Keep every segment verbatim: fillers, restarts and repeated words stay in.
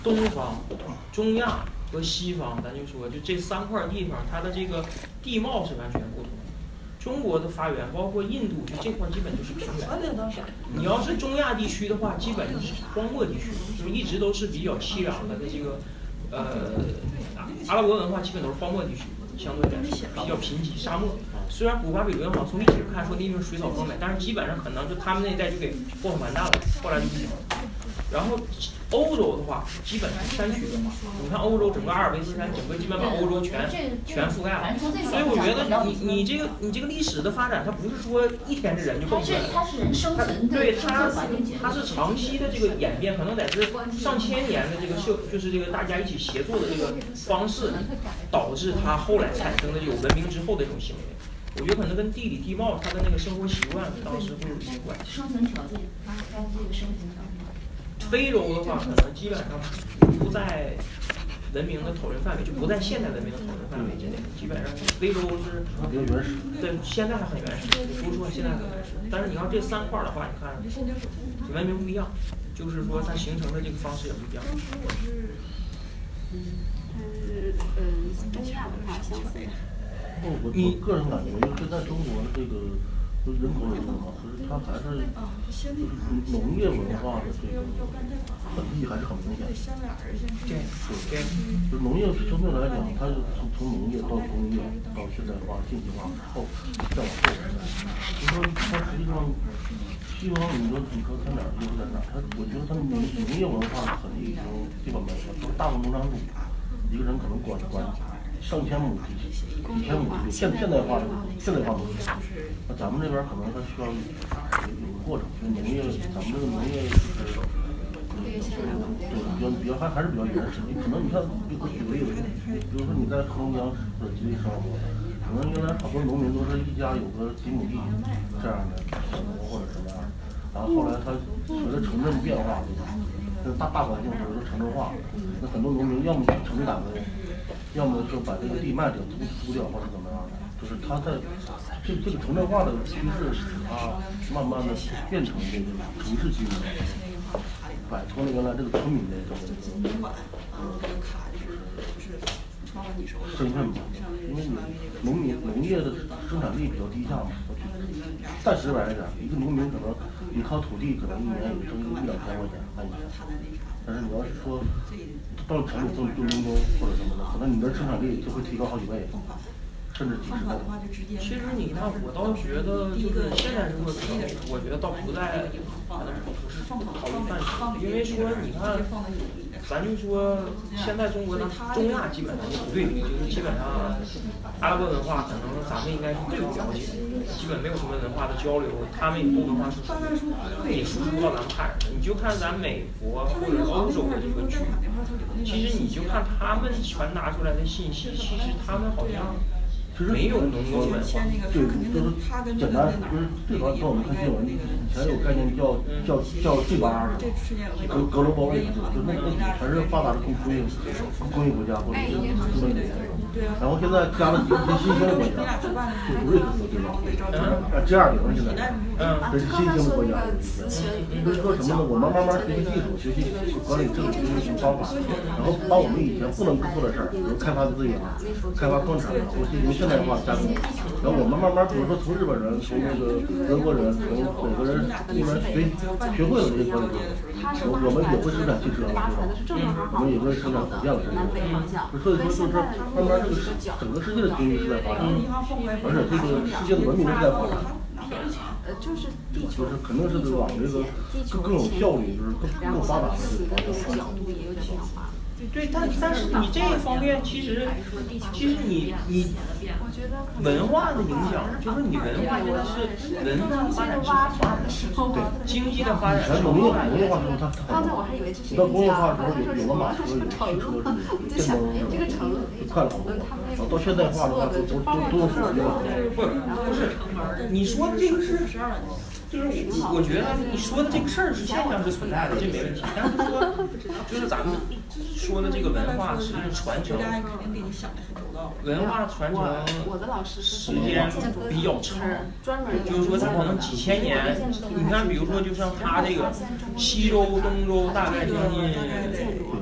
东方、中亚和西方，咱就说就这三块地方，它的这个地貌是完全不同。中国的发源包括印度，就这块基本就是平原。你要是中亚地区的话，基本是荒漠地区，就是一直都是比较凄凉的这个呃阿拉伯文化基本都是荒漠地区，相对来说比较贫瘠沙漠。虽然古巴比伦好像从历史看说那地方水草丰美，但是基本上可能就他们那一代就给祸害完蛋了，后来就不行了。然后欧洲的话，基本是山区文化。你看欧洲整个阿尔卑斯山，整个基本把欧洲全全覆盖了。所以我觉得你你这个你这个历史的发展，它不是说一天的人就蹦出来了。 它是人生存的， 对它它是长期的这个演变，可能得是上千年的这个社，就是这个大家一起协作的这个方式，导致它后来产生的有文明之后的这种行为。我觉得可能跟地理地貌、它的那个生活习惯当时会有一些关系。 生存条件，它它这个生存条件。 非洲的话，可能基本上不在文明的讨论范围，就不在现代文明的讨论范围之内。基本上非洲是比较原始， 对，现在还很原始，不是说现在很原始。但是你要这三块的话，你看文明不一样，就是说它形成的这个方式也不一样。 嗯，它是嗯东亚文化相似。 我我个人感觉，因为现在中国的这个就人口也多嘛，可是它还是就是农业文化的这个痕迹还是很明显。 对对， 就是农业生命来讲，它是从从农业到工业到现代化、信息化后再往后。就说它实际上，西方你说你说它哪儿优在哪儿？它我觉得它农农业文化的痕迹已经基本没有了。就是大农农场主，一个人可能管管上千亩地，几千亩地，现现代化的现代化农业。那咱们这边可能它需要有有个过程，就是农业，咱们这个农业就是对比较比较还还是比较原始。你可能你看，举个举个例子，比如说你在黑龙江的集体生活，可能原来好多农民都是一家有个几亩地这样的生活或者什么样，然后后来他随着城镇变化，对吧？那大大环境随着城镇化，那很多农民要么去城里打工。要么就把这个地卖掉、租租掉，或者怎么样的，就是他在这这个城镇化的趋势，使他慢慢的变成这个城市居民，摆脱了原来这个村民的这个这个身份嘛。因为你农民农业的生产力比较低下嘛，暂时来讲，一个农民可能你靠土地可能一年也挣一两千块钱按年，但是你要是说到了城里做做农工或者什么的，可能你的生产力就会提高好几倍，甚至几十倍。 其实你看，我倒觉得就是现在这个城，我觉得倒不在不是讨论范畴，因为说你看，咱就说现在中国的中亚基本上就不对比，就是基本上阿拉伯文化可能咱们应该是最不了解的，基本没有什么文化的交流，他们以后文化输出也输出不到咱们汉人。你就看咱美国或者欧洲的这个剧。其实你就看他们传达出来的信息，其实他们好像没有农耕文化。 对，就是简单，就是最早跟我们看新闻，以前有概念叫叫叫 G 八，格格罗包围，就那那全是发达的工工业工业国家或者是资本主义。然后现在加了一些新兴的国家，就是瑞士对吧？啊 G 二零现在，嗯，这是新兴的国家。就是说什么呢？我们慢慢学习技术，学习管理这个经营方法，然后把我们以前不能做的事儿，比如开发资源、开发矿产，我进行现代化加工。然后我们慢慢，比如说从日本人、从那个德国人、从美国人那边学学会了这些管理，我我们也会生产汽车了，对吧？我们也会生产火箭了，甚至。所以说，就是慢慢这个整个世界的经济是在发展，而且这个世界的文明是在发展。 呃，就是地球， 就是肯定是往这个更更有效率，就是更更发达的这个方向。 角度也有变化。 对，但但是你这一方面，其实其实你你文化的影响，就是你文化现在是文化发展是对经济的发展是农业农业化之后，它刚才我还以为这是一到工业化之后个有有了马车，有汽车，有电动车，就快了好多。然后到现代化的话，都都都都用手机了。 不不是，你说的这个是。就是我，我觉得你说的这个事儿是现象是存在的，这没问题。但是说，就是咱们说的这个文化实际上传承，文化传承时间比较长，就是说它可能几千年。你看，比如说就像它这个西周、东周，大概将近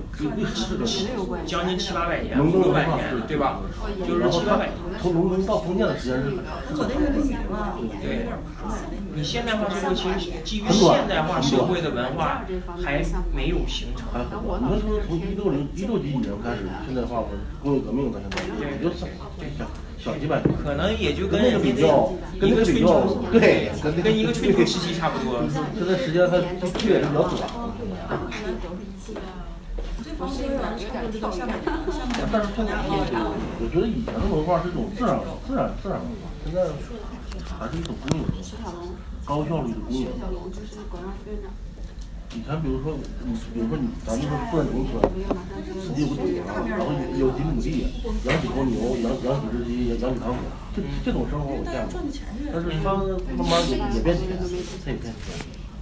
将近七八百年、五六百年，对吧？就是七八百年。 从农耕到封建的时间是很对，你现代化社会其实基于现代化社会的文化还没有形成。 还很短。你们说从一六零一六几几年开始现代化，工业革命到现在，也就小小几百年。 可能也就跟那个比较，跟那个比较，对， 跟一个春秋时期差不多。 现在时间它区别是比较短。但是我觉得以前的文化是一种自然自然自然文化，现在还是一种工业文化，高效率的工业文化。以前比如说你，比如说你，咱们说住在农村，自己有个土地，然后有几亩地，养几头牛，养养几只鸡，养几条狗，这这种生活我见过。但是它慢慢也也变钱，它也变钱。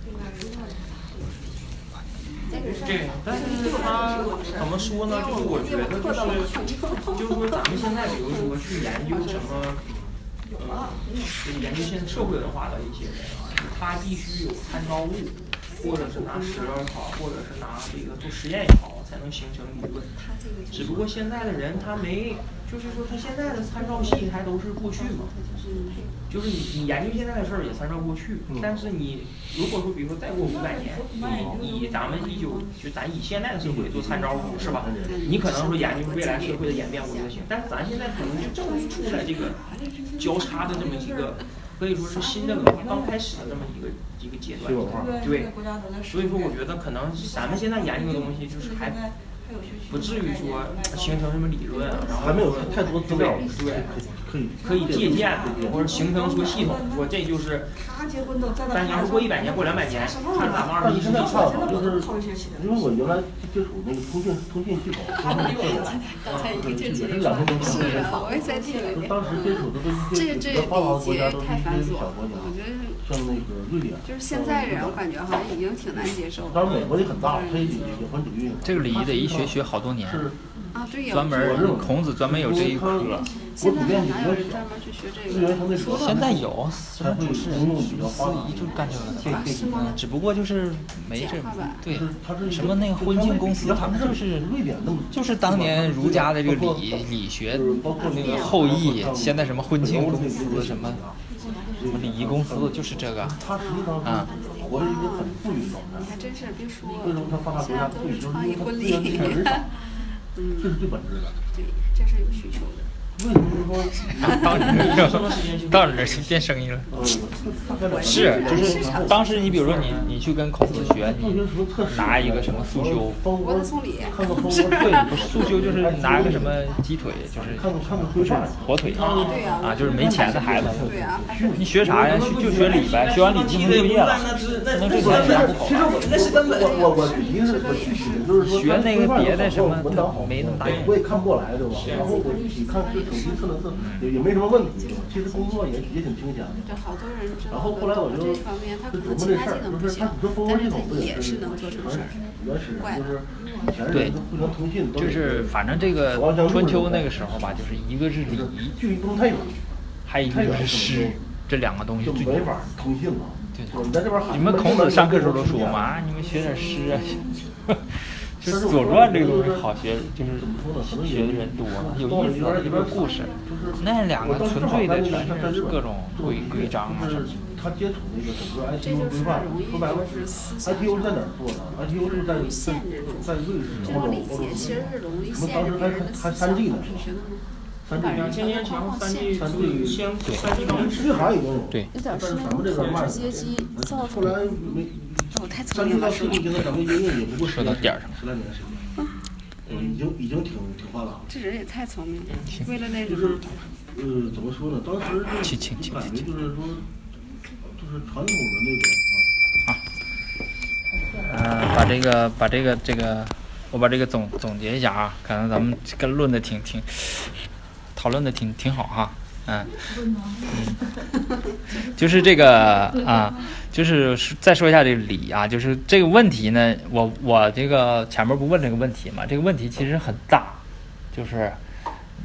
对，但是他怎么说呢？就是我觉得就是就是说咱们现在比如说去研究什么，呃，就是研究现在社会文化的一些人啊，他必须有参照物，或者是拿史料也好，或者是拿这个做实验也好，才能形成理论。只不过现在的人他没，就是说他现在的参照系还都是过去嘛。就是你你研究现在的事儿也参照过去，但是你如果说比如说再过五百年，你以咱们一九就咱以现在的社会做参照物是吧？你可能说研究未来社会的演变或者行，但是咱现在可能就正处在这个交叉的这么一个可以说是新的文化刚开始的这么一个一个阶段。对，所以说我觉得可能咱们现在研究的东西就是还不至于说形成什么理论，然后还没有太多资料， 对， 可以可以借鉴或者形成说系统，说这就是。但你要是过一百年、过两百年，看咱们二十一世纪。 现在看法就是，因为我原来接触那个通信通信系统，也是两千多年前接触。当时接触的都是一些比较发达的国家，都是一些小国家，像那个瑞典。 就是现在人，我感觉好像已经挺难接受。 当然美国也很大，它也也很主义。 这个礼仪得一学学好多年。 啊，对呀。 专门孔子专门有这一科。 现在哪有人专门去学这个？ 现在有什么主持人、司仪就干这个，嗯，只不过就是没这对什么那个婚庆公司，他们就是就是当年儒家的这个礼礼学那个后裔，现在什么婚庆公司什么什么礼仪公司，就是这个啊。 活着一个很富裕的状态。 你还真是别说， 为什么他发达国家富裕，就是因为他资源很少，这是最本质的。 对，这是有需求的。 为什么说到你到你这去变生意了？是，就是当时你比如说你你去跟孔子学，你拿一个什么素修， 我的送礼， 对，素修就是拿个什么鸡腿，就是火腿啊，就是没钱的孩子，你学啥呀？就学礼呗，学完礼就能就业了，能挣钱养户口了。 我我我一是我具体的就是说学那个别的什么没那么大用， 我也看不过来，对吧？然后我具体看是。手机测了测也也没什么问题，其实工作也也挺清闲的。 对，好多人知道。 然后后来我就就琢磨这事儿，就是他你说蜂窝系统不也是原始人就是以前人互相通信， 就是反正这个春秋那个时候吧，就是一个是礼仪， 距离不能太远， 还有一个是诗，这两个东西就没法通信了。 对， 你在这边你们孔子上课时候都说嘛，你们学点诗啊。就是《左传》这个东西好学，就是学的人多，有意思，里边故事。那两个纯粹的全是各种规规章啊什么。 他接触那个整个 I T U 规范，说白了 ，I T U 是在哪儿做的 ？I T U 是在在在瑞士、欧洲、欧洲。什么当时还还三 G 呢？三 G。 两千年前三 G 三 G 先三 G 刚日韩已经有。 对。 但是咱们这边慢。后来没。三 G 到四 G 现在咱们应用也不过说到点儿上， 十来年时间。嗯，已经已经挺挺发达了。 这人也太聪明了，为了那种。就是呃，怎么说呢？当时就感觉就是说，就是传统的那种啊。嗯，把这个把这个这个，我把这个总总结一下啊，可能咱们跟论的挺挺，讨论的挺挺好哈。嗯，嗯，就是这个啊，就是再说一下这个礼啊，就是这个问题呢，我我这个前面不问这个问题嘛，这个问题其实很大，就是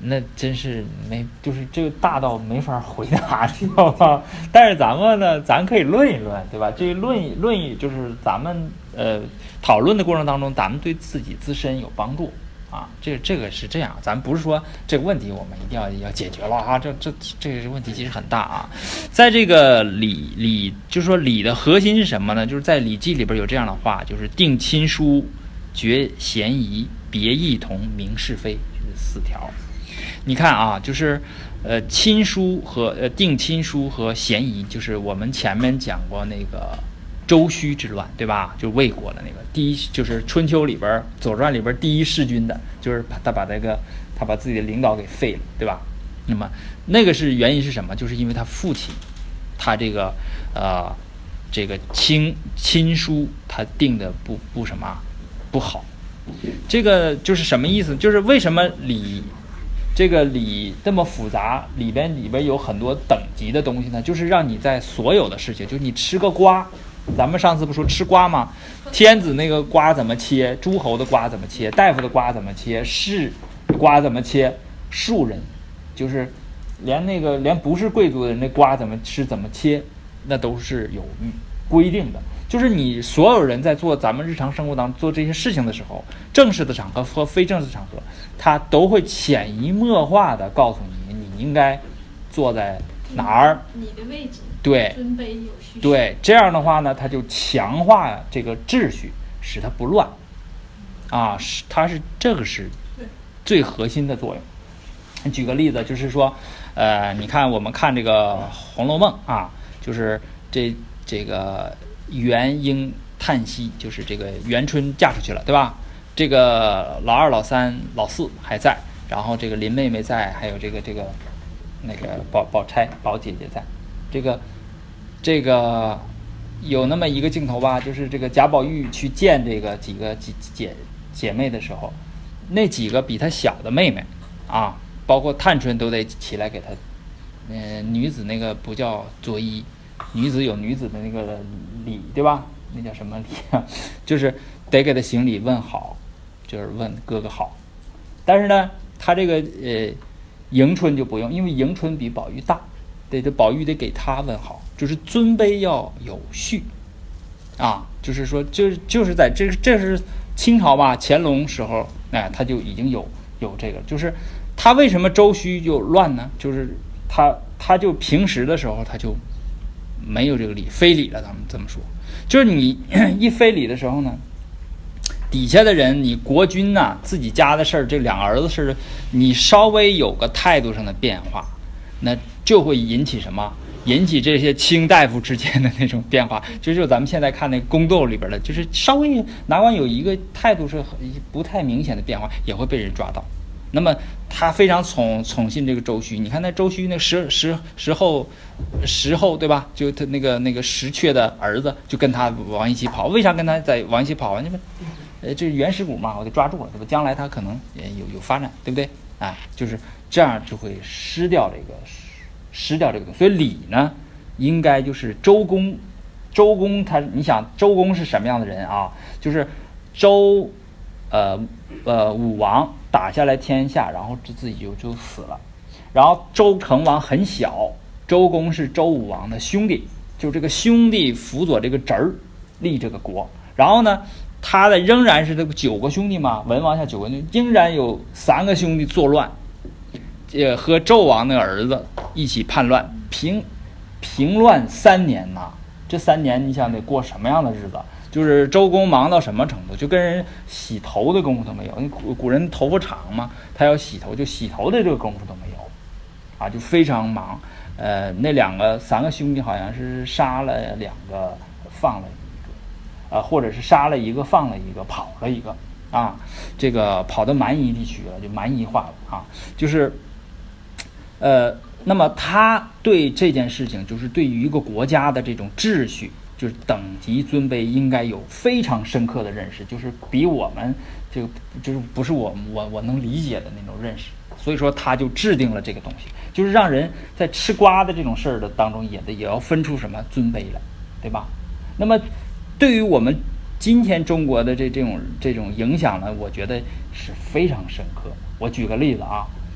那真是没，就是这个大到没法回答，知道吗？但是咱们呢，咱可以论一论，对吧？这个论论一就是咱们呃讨论的过程当中，咱们对自己自身有帮助啊。这这个是这样，咱不是说这个问题我们一定要要解决了啊，这这这个问题其实很大啊。在这个礼礼，就是说礼的核心是什么呢？就是在《礼记》里边有这样的话，就是定亲疏，决嫌疑，别异同，明是非，就是四条。你看啊，就是呃亲疏和呃定亲疏和嫌疑，就是我们前面讲过那个周须之乱，对吧？就魏国的那个第一，就是春秋里边左传里边第一弑君的，就是他把那个他把自己的领导给废了，对吧？那么那个是原因是什么？就是因为他父亲他这个呃这个亲亲疏他定的不不什么不好。这个就是什么意思？就是为什么礼这个礼这么复杂，里边里边有很多等级的东西呢？就是让你在所有的事情，就是你吃个瓜，咱们上次不说吃瓜吗？天子那个瓜怎么切，诸侯的瓜怎么切，大夫的瓜怎么切，士瓜怎么切，庶人就是连那个连不是贵族的人那瓜怎么吃怎么切，那都是有规定的。就是你所有人在做咱们日常生活当中做这些事情的时候，正式的场合和非正式场合，他都会潜移默化的告诉你，你应该坐在哪儿， 你的位置， 对， 尊卑有序， 对，这样的话呢，他就强化这个秩序，使它不乱，啊，是它是这个是最核心的作用。举个例子，就是说，呃，你看我们看这个《红楼梦》啊，就是这这个。元婴叹息，就是这个元春嫁出去了，对吧？这个老二、老三、老四还在，然后这个林妹妹在，还有这个这个那个宝宝钗、宝姐姐在。这个这个有那么一个镜头吧，就是这个贾宝玉去见这个几个姐姐姐妹的时候，那几个比她小的妹妹啊，包括探春都得起来给她。嗯、呃，女子那个不叫作揖。女子有女子的那个礼，对吧？那叫什么礼啊？就是得给他行礼问好，就是问哥哥好。但是呢，他这个呃，迎春就不用，因为迎春比宝玉大，得这宝玉得给他问好，就是尊卑要有序啊。就是说，就是就是在这这是清朝吧，乾隆时候，哎，他就已经有有这个，就是他为什么周须就乱呢？就是他他就平时的时候他就。没有这个礼，非礼了，咱们这么说，就是你一非礼的时候呢，底下的人，你国君呐、啊，自己家的事儿，这两个儿子事儿，你稍微有个态度上的变化，那就会引起什么？引起这些卿大夫之间的那种变化，就是咱们现在看那宫斗里边的，就是稍微哪管有一个态度是不太明显的变化，也会被人抓到。那么他非常宠宠信这个周须，你看那周须那石石石后石后对吧？就他那个那个石阙的儿子就跟他往一起跑，为啥跟他在往一起跑啊？那么，呃，这是原始股嘛，我就抓住了，对吧？将来他可能也有有发展，对不对？哎，就是这样就会失掉这个失掉这个东西。所以礼呢，应该就是周公，周公他你想周公是什么样的人啊？就是周呃呃武王。打下来天下，然后自己就就死了。然后周成王很小，周公是周武王的兄弟，就这个兄弟辅佐这个侄儿立这个国。然后呢，他的仍然是这个九个兄弟嘛，文王下九个兄弟，仍然有三个兄弟作乱，呃，和纣王那个儿子一起叛乱，平平乱三年呐。这三年你想得过什么样的日子？就是周公忙到什么程度，就跟人洗头的功夫都没有。古古人头发长嘛，他要洗头，就洗头的这个功夫都没有，啊，就非常忙。呃，那两个三个兄弟好像是杀了两个，放了一个，呃，或者是杀了一个，放了一个，跑了一个，啊，这个跑到蛮夷地区了，就蛮夷化了啊，就是，呃，那么他对这件事情，就是对于一个国家的这种秩序。就是等级尊卑应该有非常深刻的认识，就是比我们这个就是不是我我我能理解的那种认识，所以说他就制定了这个东西，就是让人在吃瓜的这种事儿的当中也得也要分出什么尊卑来，对吧？那么对于我们今天中国的这这种这种影响呢，我觉得是非常深刻。我举个例子啊，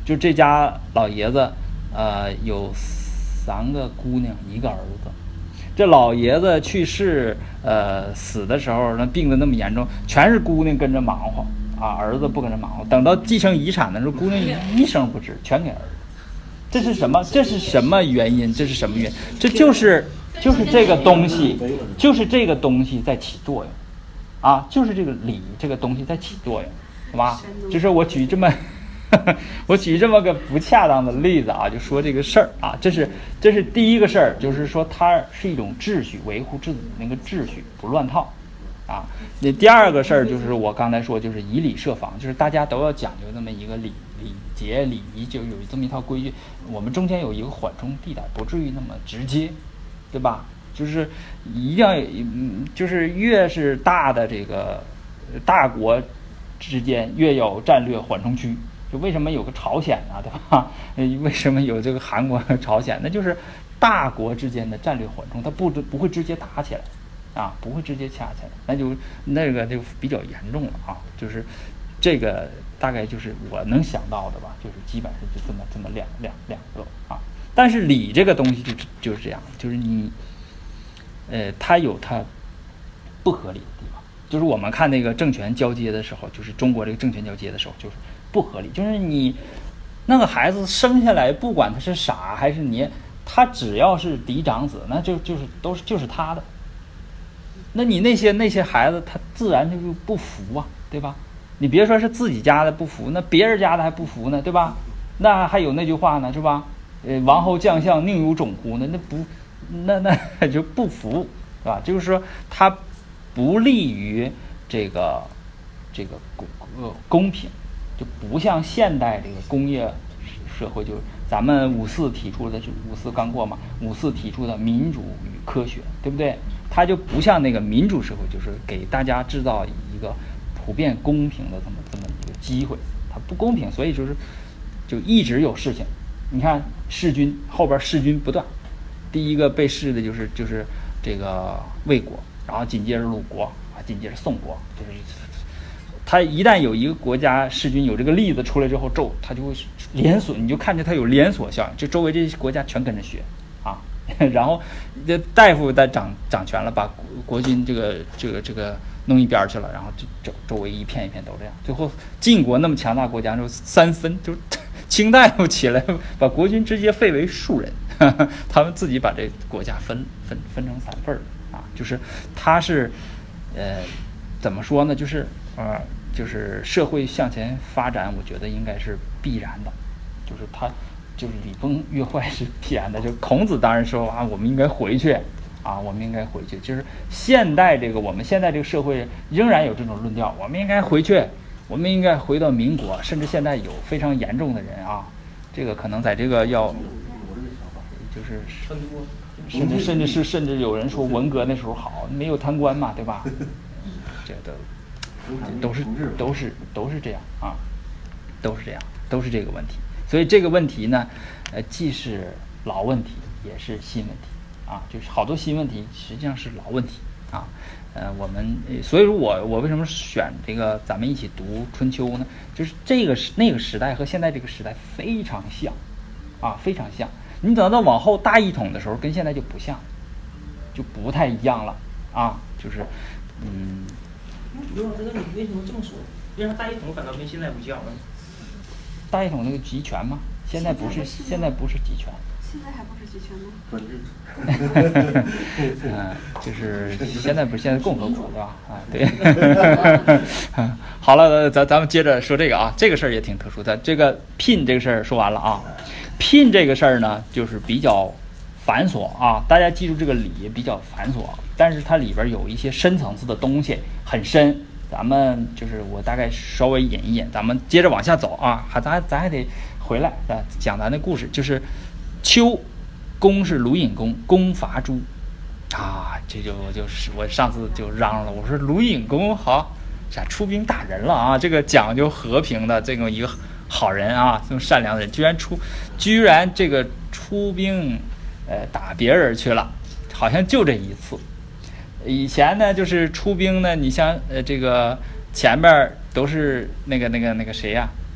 就这家老爷子，呃，有三个姑娘，一个儿子。这老爷子去世，呃，死的时候，那病得那么严重，全是姑娘跟着忙活啊，儿子不跟着忙活。等到继承遗产的时候，姑娘一声不吱，全给儿子。这是什么？这是什么原因？这是什么原因？这就是就是这个东西，就是这个东西在起作用，啊，就是这个礼这个东西在起作用，好吧？就是我举这么。我举这么个不恰当的例子啊，就说这个事儿啊，这是这是第一个事儿，就是说它是一种秩序，维护自己那个秩序不乱套啊。那第二个事儿就是我刚才说，就是以礼设防，就是大家都要讲究那么一个礼礼节礼仪，就有这么一套规矩。我们中间有一个缓冲地带，不至于那么直接，对吧？就是一定要，嗯，就是越是大的这个大国之间，越有战略缓冲区。就为什么有个朝鲜啊，对吧？为什么有这个韩国和朝鲜？那就是大国之间的战略缓冲，它不不会直接打起来，啊，不会直接掐起来，那就那个就比较严重了啊。就是这个大概就是我能想到的吧，就是基本上就这么这么两两两个啊。但是礼这个东西就就是这样，就是你，呃，它有它不合理的地方。就是我们看那个政权交接的时候，就是中国这个政权交接的时候，就是不合理。就是你那个孩子生下来，不管他是傻还是你，他只要是嫡长子，那就就是都是就是他的。那你那些那些孩子，他自然就不服啊，对吧？你别说是自己家的不服，那别人家的还不服呢，对吧？那还有那句话呢，是吧？呃，王侯将相宁有种乎呢？那不，那那就不服，对吧？就是说他不利于这个这个公呃公平，就不像现代这个工业社会，就是咱们五四提出的，就五四刚过嘛，五四提出的民主与科学，对不对？它就不像那个民主社会，就是给大家制造一个普遍公平的这么这么一个机会，它不公平，所以就是就一直有事情。你看弑君后边弑君不断，第一个被弑的就是就是这个魏国，然后紧接着鲁国啊，紧接着宋国，就是他一旦有一个国家弑君有这个例子出来之后，周他就会连锁，你就看见他有连锁效应，就周围这些国家全跟着学啊。然后这大夫在掌掌权了，把国君这个这个这个弄一边去了，然后就周周围一片一片都这样。最后晋国那么强大国家就三分，就清大夫起来把国君直接废为庶人，呵呵他们自己把这国家分分分成三份啊，就是他是呃怎么说呢？就是呃就是社会向前发展，我觉得应该是必然的，就是他。就是礼崩乐坏是必然的，就孔子当然说啊，我们应该回去啊，我们应该回去。就是现代这个我们现在这个社会仍然有这种论调，我们应该回去，我们应该回到民国，甚至现在有非常严重的人啊，这个可能在这个要就是甚至甚至是甚至有人说文革那时候好，没有贪官嘛，对吧？这都都是都是都是这样啊，都是这样，都是这个问题。所以这个问题呢，呃，既是老问题，也是新问题，啊，就是好多新问题实际上是老问题，啊，呃，我们所以说我我为什么选这个咱们一起读春秋呢？就是这个时那个时代和现在这个时代非常像，啊，非常像。你等到往后大一统的时候，跟现在就不像，就不太一样了，啊，就是嗯。 刘老师，那你为什么这么说？为啥大一统反倒跟现在不像呢？ 大一统那个集权吗？现在不是，现在不是集权。 现在还不是集权吗？ 专制。 嗯，就是现在不是现在共和国对吧？啊，对。好了，咱咱们接着说这个啊，这个事儿也挺特殊的。这个聘这个事儿说完了啊，聘这个事儿呢，就是比较繁琐啊，大家记住这个礼比较繁琐，但是它里边有一些深层次的东西，很深。咱们就是我大概稍微引一引，咱们接着往下走啊，还咱咱还得回来啊，讲咱的故事。就是秋公是鲁隐公，公伐诸啊，这就就是我上次就嚷了，我说鲁隐公好，啥出兵打人了啊，这个讲究和平的这么一个好人啊，这么善良的人，居然出居然这个出兵呃打别人去了，好像就这一次。以前呢，就是出兵呢，你像呃这个前边都是那个那个那个谁呀、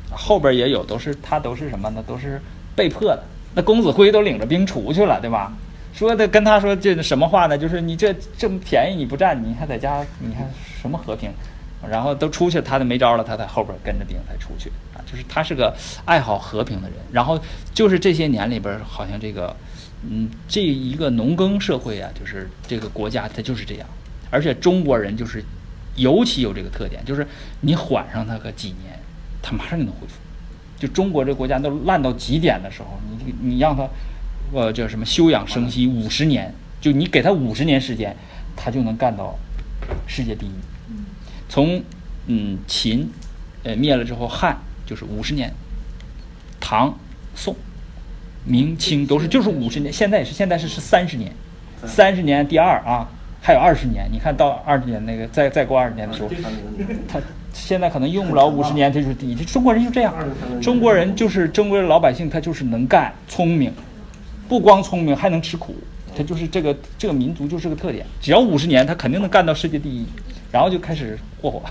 后边也有，都是他都是什么呢？都是被迫的。那公子辉都领着兵出去了，对吧？说的跟他说这什么话呢？就是你这这么便宜你不占，你还在家，你看什么和平？然后都出去，他都没招了，他在后边跟着兵才出去啊。就是他是个爱好和平的人。然后就是这些年里边，好像这个，嗯，这一个农耕社会啊，就是这个国家它就是这样。而且中国人就是尤其有这个特点，就是你缓上他个几年，他马上就能恢复。就中国这个国家都烂到极点的时候，你你让他。呃，叫什么休养生息五十年，就你给他五十年时间，他就能干到世界第一。从嗯秦，呃灭了之后，汉就是五十年，唐、宋、明清都是就是五十年，现在也是现在是是三十年，三十年第二啊，还有二十年。你看到二十年那个再再过二十年的时候，他现在可能用不了五十年，这就是第一。中国人就这样，中国人就是中国的老百姓，他就是能干、聪明。不光聪明还能吃苦，他就是这个这个民族就是个特点。只要五十年，他肯定能干到世界第一，然后就开始霍霍。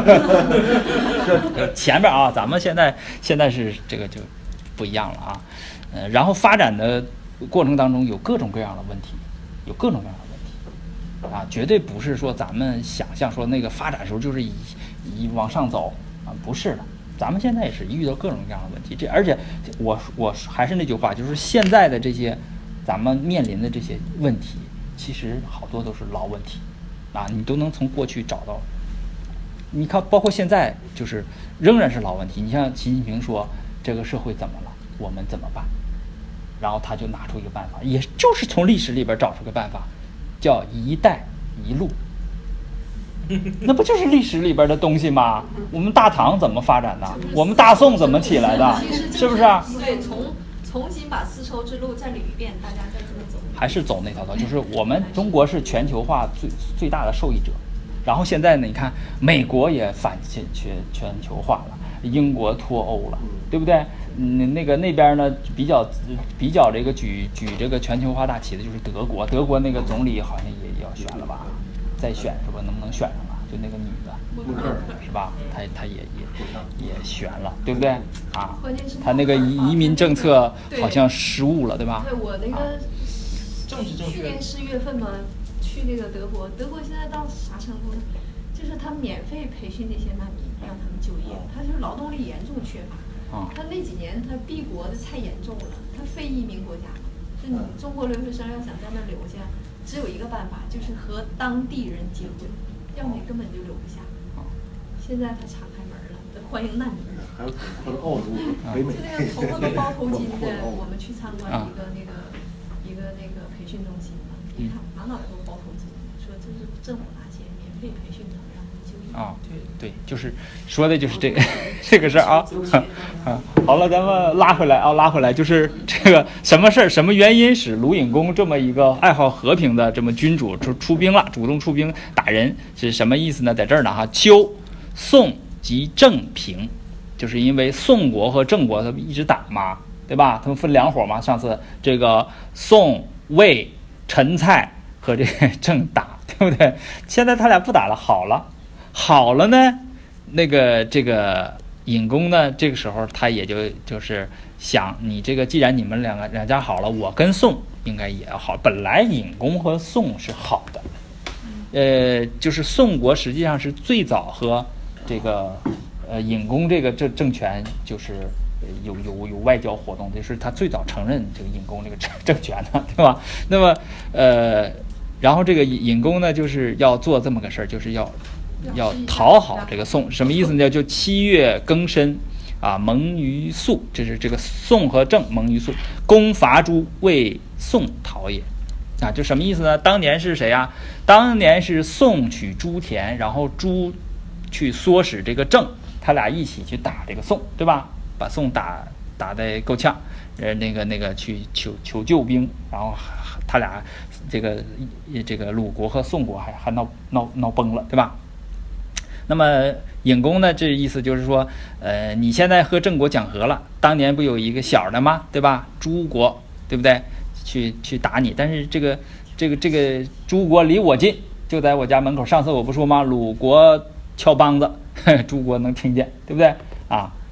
前边啊，咱们现在现在是这个就不一样了啊，呃，然后发展的过程当中有各种各样的问题，有各种各样的问题啊，绝对不是说咱们想象说那个发展的时候就是以以往上走啊，不是的。咱们现在也是遇到各种各样的问题，这而且我我还是那句话，就是现在的这些咱们面临的这些问题，其实好多都是老问题，啊，你都能从过去找到。你看，包括现在就是仍然是老问题。你像习近平说这个社会怎么了，我们怎么办？然后他就拿出一个办法，也就是从历史里边找出个办法，叫一带一路。那不就是历史里边的东西吗？我们大唐怎么发展的？我们大宋怎么起来的？是不是啊？ 对，重重新把丝绸之路再捋一遍，大家再这么走。 还是走那条道，就是我们中国是全球化最最大的受益者。然后现在呢，你看美国也反全全全球化了，英国脱欧了，对不对？嗯，那个那边呢比较比较这个举举这个全球化大旗的就是德国，德国那个总理好像也要选了吧？再选是吧？能不能选上了？就那个女的，是吧？她她也也也选了，对不对？啊，她那个移移民政策好像失误了，对吧？ 对，我那个政治正确。 去年十月份嘛，去那个德国，德国现在到啥程度呢？就是他免费培训那些难民，让他们就业。他就是劳动力严重缺乏。 啊。 他那几年他闭国的太严重了，他非移民国家。就你中国留学生要想在那留下。只有一个办法，就是和当地人结婚，要么你根本就留不下。现在他敞开门了，欢迎难民。 还有或者澳洲、北美。 就那个头发都包头巾的，我们去参观一个那个一个那个培训中心嘛，一看满脑袋都包头巾，说这是政府拿钱免费培训他们，让他们就业。 啊，对对，就是说的就是这个这个事儿啊。啊，好了，咱们拉回来啊，拉回来，就是这个什么事儿，什么原因使卢隐公这么一个爱好和平的这么君主出出兵了，主动出兵打人，是什么意思呢？在这儿呢哈，秋、宋及郑平，就是因为宋国和郑国他们一直打嘛，对吧？他们分两伙嘛，上次这个宋、魏、陈、蔡和这个郑打，对不对？现在他俩不打了，好了，好了呢，那个这个。尹公呢，这个时候他也就就是想，你这个既然你们两个两家好了，我跟宋应该也要好。本来尹公和宋是好的，呃，就是宋国实际上是最早和这个呃尹公这个政政权就是有有有外交活动，就是他最早承认这个尹公这个政政权的，对吧？那么呃，然后这个尹公呢，就是要做这么个事儿，就是要。要讨好这个宋，什么意思呢？就七月庚申，啊，蒙于肃，这是这个宋和郑蒙于肃，攻伐诸为宋讨也，啊，就什么意思呢？当年是谁啊？当年是宋取诸田，然后朱去唆使这个郑，他俩一起去打这个宋，对吧？把宋打打得够呛，呃，那个那个去求求救兵，然后他俩这个这个鲁国和宋国还还闹闹闹崩了，对吧？那么尹公呢，这意思就是说，呃，你现在和郑国讲和了，当年不有一个小的吗？对吧？朱国，对不对？去去打你，但是这个这个这个朱国离我近，就在我家门口。上次我不说吗？鲁国敲梆子，呵呵，朱国能听见，对不对？啊，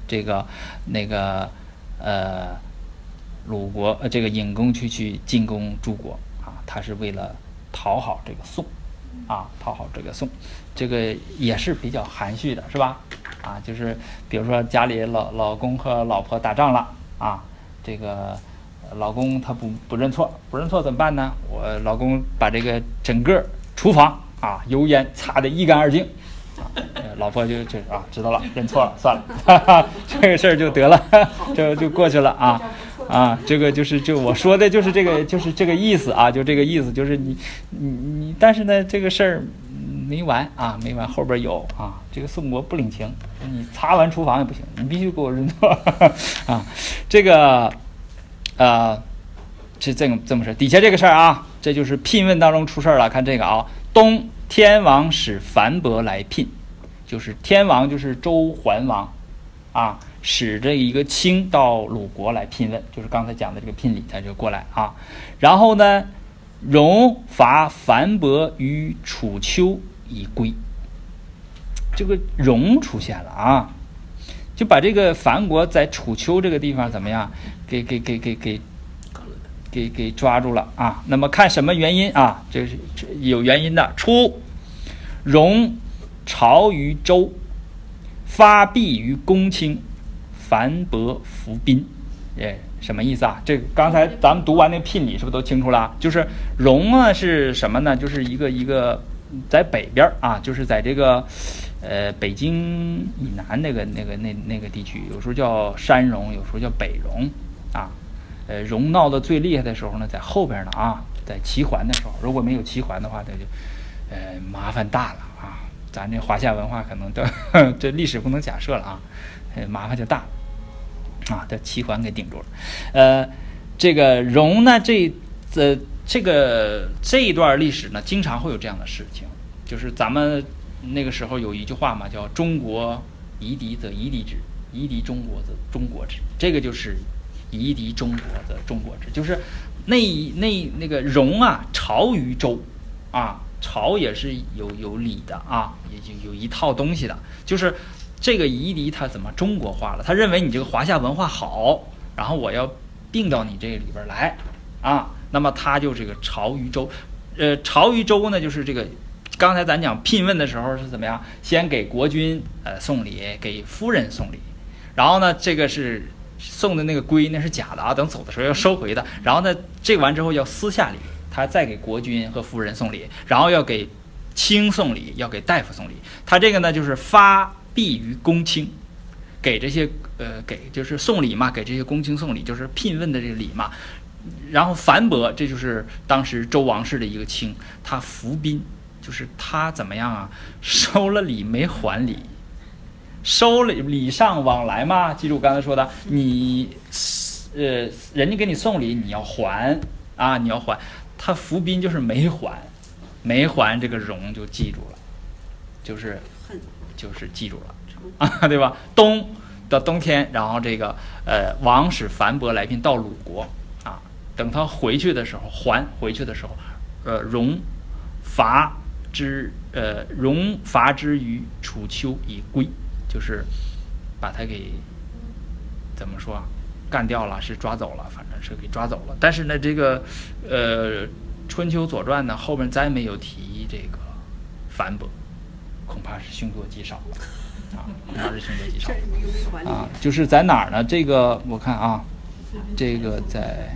这个那个呃鲁国呃这个尹公去去进攻诸国啊，他是为了讨好这个宋啊，讨好这个宋，这个也是比较含蓄的，是吧？啊，就是比如说家里老老公和老婆打仗了啊，这个老公他不不认错，不认错怎么办呢？我老公把这个整个厨房啊油烟擦得一干二净。啊，老婆就就啊知道了，认错了，算了，哈哈，这个事儿就得了，就就过去了啊啊，这个就是就我说的就是这个就是这个意思啊，就这个意思，就是你你你，但是呢这个事儿没完啊，没完，后边有啊，这个宋国不领情，你擦完厨房也不行，你必须给我认错啊，这个呃是这么这么事，底下这个事儿啊，这就是聘问当中出事儿了，看这个啊，东。天王使樊伯来聘，就是天王就是周桓王啊，使这一个卿到鲁国来聘问，就是刚才讲的这个聘礼，他就过来啊。然后呢，戎伐樊伯于楚丘以归，这个戎出现了啊，就把这个樊国在楚丘这个地方怎么样，给给给给给。给给抓住了啊！那么看什么原因啊？这是有原因的。初，戎朝于周，发币于公卿，樊伯服宾。哎，什么意思啊？这刚才咱们读完那个聘礼是不是都清楚了？就是戎啊是什么呢？就是一个一个在北边啊，就是在这个呃北京以南那个那个那那个地区，有时候叫山戎，有时候叫北戎啊。呃，戎闹的最厉害的时候呢，在后边呢啊，在齐桓的时候，如果没有齐桓的话，这就呃麻烦大了啊。咱这华夏文化可能都这历史不能假设了啊，呃麻烦就大了啊，这齐桓给顶住了。呃，这个戎呢，这呃这个这一段历史呢，经常会有这样的事情，就是咱们那个时候有一句话嘛，叫“中国夷狄则夷狄之，夷狄中国则中国之”，这个就是。夷狄中国的中国之，就是那那那个戎啊，朝于周啊，朝也是有有理的啊，也就有一套东西的。就是这个夷狄他怎么中国化了？他认为你这个华夏文化好，然后我要并到你这里边来啊，那么他就这个朝于周，呃，朝于周呢，就是这个刚才咱讲聘问的时候是怎么样？先给国君呃送礼，给夫人送礼，然后呢，这个是。送的那个龟那是假的啊，等走的时候要收回的。然后呢，这个完之后要私下礼，他再给国君和夫人送礼，然后要给卿送礼，要给大夫送礼。他这个呢就是发币于公卿，给这些呃给就是送礼嘛，给这些公卿送礼，就是聘问的这个礼嘛。然后樊伯这就是当时周王室的一个卿，他服宾，就是他怎么样啊，收了礼没还礼。收礼礼尚往来嘛，记住我刚才说的，你呃人家给你送礼你要还啊，你要还，他服宾就是没还，没还这个戎就记住了，就是就是记住了啊，对吧？冬的冬天，然后这个呃王使樊伯来聘到鲁国啊，等他回去的时候还回去的时候，呃戎伐之呃戎伐之于楚丘以归。就是把他给怎么说啊，干掉了，是抓走了，反正是给抓走了。但是呢，这个呃《春秋左传》呢后面再没有提这个樊伯，恐怕是凶多吉少了啊，恐怕是凶多吉少了啊。就是在哪儿呢？这个我看啊，这个在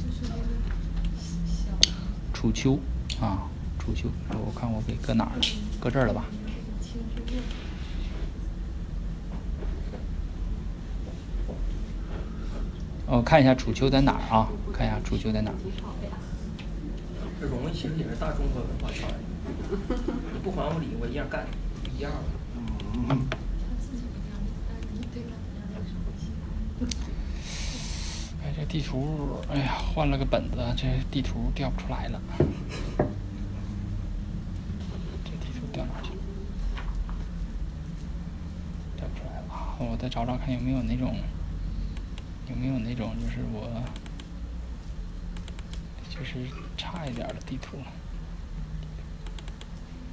楚丘啊，楚丘，我看我给搁哪儿了？搁这儿了吧？我、哦、看一下楚丘在哪儿啊？看一下楚丘在哪儿。 这容易其实也是大中国文化差异，你不还我礼，我一样干，一样的。嗯。 哎，这地图，哎呀，换了个本子，这地图调不出来了。这地图调哪去了？调不出来了啊！我再找找看有没有那种。有没有那种就是我就是差一点的地图？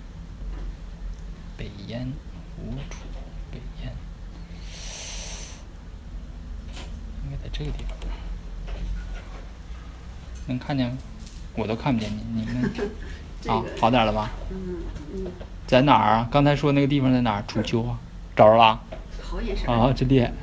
北燕、吴楚、北燕， 这个地方能看见吗？我都看不见你，你们啊，好点了吧？ 嗯嗯。 在哪儿啊？刚才说那个地方在哪儿？楚丘啊，找着了？ 好眼神。 啊，真厉害！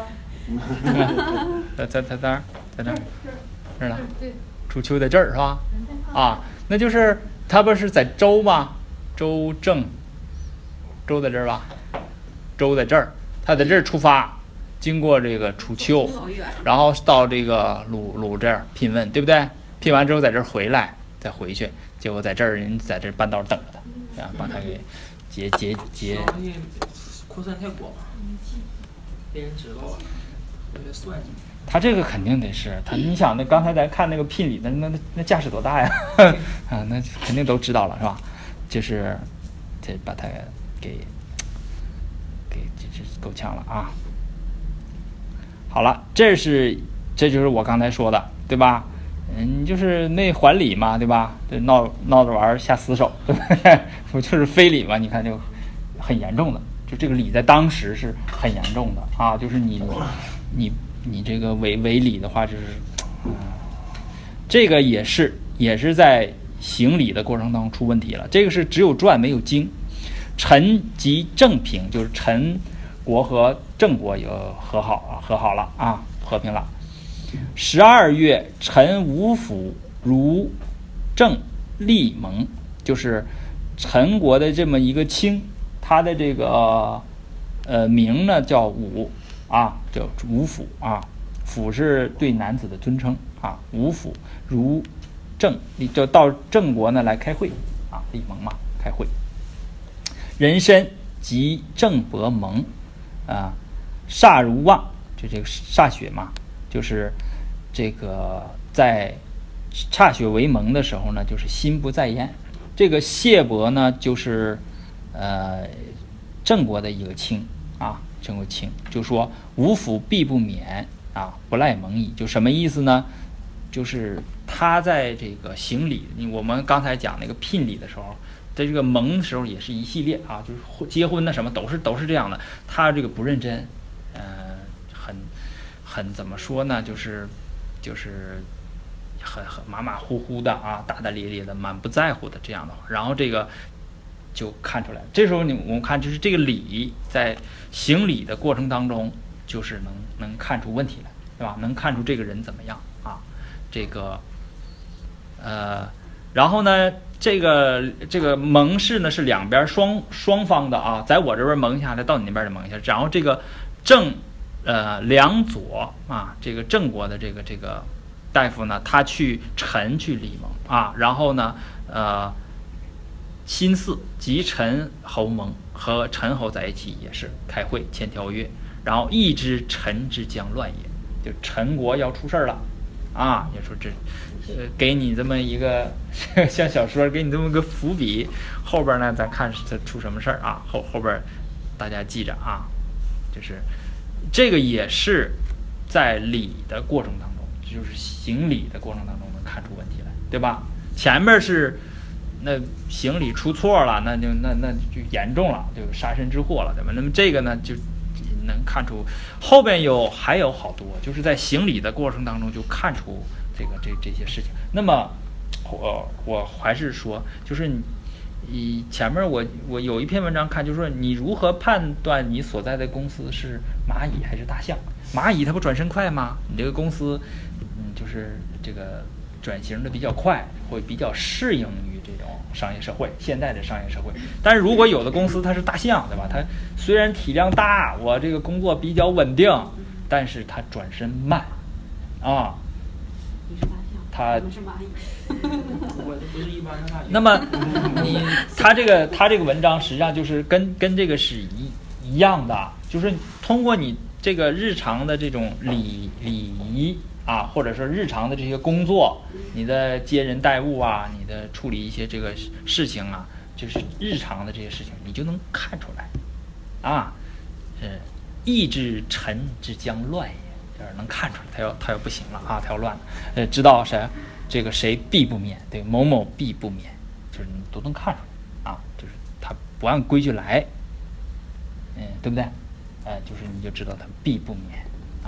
在在在这儿，在这儿，这儿呢。楚丘在这儿是吧？啊，那就是他不是在周吗？周正，周在这儿吧？周在这儿，他在这儿出发，经过这个楚丘，然后到这个鲁鲁这儿聘问，对不对？聘完之后在这儿回来，再回去，结果在这儿人在这半道等着他，啊，把他给劫劫劫。 扩散太广了，被人知道了，有点算计。 他这个肯定得是他，你想那刚才咱看那个聘礼，那那那架势多大呀？啊，那肯定都知道了是吧？就是这把他给给这这够呛了啊！好了，这是这就是我刚才说的，对吧？嗯，就是那还礼嘛，对吧？这闹闹着玩下死手，对不对？不就是非礼嘛？你看就很严重的，就这个礼在当时是很严重的啊！就是你你你这个违违礼的话，就是嗯，这个也是也是在行礼的过程当中出问题了。这个是只有传没有经。陈及郑平，就是陈国和郑国有和好啊，和好了啊，和平了。十二月，陈武府如郑立盟，就是陈国的这么一个卿，他的这个呃名呢叫武啊，叫武府啊，府是对男子的尊称啊，武府如郑，就到郑国呢来开会啊，立盟嘛，开会。人参及郑伯盟啊，煞如望，就这个歃血嘛，就是这个在歃血为盟的时候呢，就是心不在焉。这个谢伯呢，就是呃郑国的一个卿啊，郑国卿就说吾府必不免啊，不赖盟矣。就什么意思呢？就是他在这个行礼，我们刚才讲那个聘礼的时候。在这个盟的时候也是一系列啊，就是结婚的什么都是都是这样的。他这个不认真，呃，很很怎么说呢？就是就是很很马马虎虎的啊，大大咧咧的，满不在乎的这样的。然后这个就看出来，这时候你我们看就是这个礼在行礼的过程当中，就是能能看出问题来，对吧？能看出这个人怎么样啊？这个呃，然后呢？这个这个盟誓呢是两边双双方的啊，在我这边盟下来，到你那边就盟下来。然后这个郑呃梁左啊，这个郑国的这个这个大夫呢，他去陈去立盟啊，然后呢呃辛巳及陈侯盟和陈侯在一起也是开会签条约，然后议之陈之将乱也，就陈国要出事了啊，也说这。呃，给你这么一个像小说，给你这么个伏笔，后边呢，咱看这出什么事儿啊？后后边大家记着啊，就是这个也是在礼的过程当中，就是行礼的过程当中能看出问题来，对吧？前面是那行礼出错了，那就那那就严重了，就杀身之祸了，对吧？那么这个呢，就能看出后边有还有好多，就是在行礼的过程当中就看出。这个这这些事情，那么我我还是说，就是你，你前面我我有一篇文章看，就是说你如何判断你所在的公司是蚂蚁还是大象？蚂蚁它不转身快吗？你这个公司，嗯，就是这个转型的比较快，会比较适应于这种商业社会，现在的商业社会。但是如果有的公司它是大象，对吧？它虽然体量大，我这个工作比较稳定，但是它转身慢，啊。他是蚂蚁， 我不是一般的蚂蚁。 那么你他这个他这个文章实际上就是跟跟这个是一一样的，就是通过你这个日常的这种礼礼仪啊，或者说日常的这些工作，你的接人待物啊，你的处理一些这个事情啊，就是日常的这些事情，你就能看出来啊，是意志臣之将乱也。就是能看出来，他要他要不行了啊，他要乱了，呃，知道谁这个谁必不免，对，某某必不免，就是你都能看出来啊，就是他不按规矩来，嗯，对不对？呃，就是你就知道他必不免啊，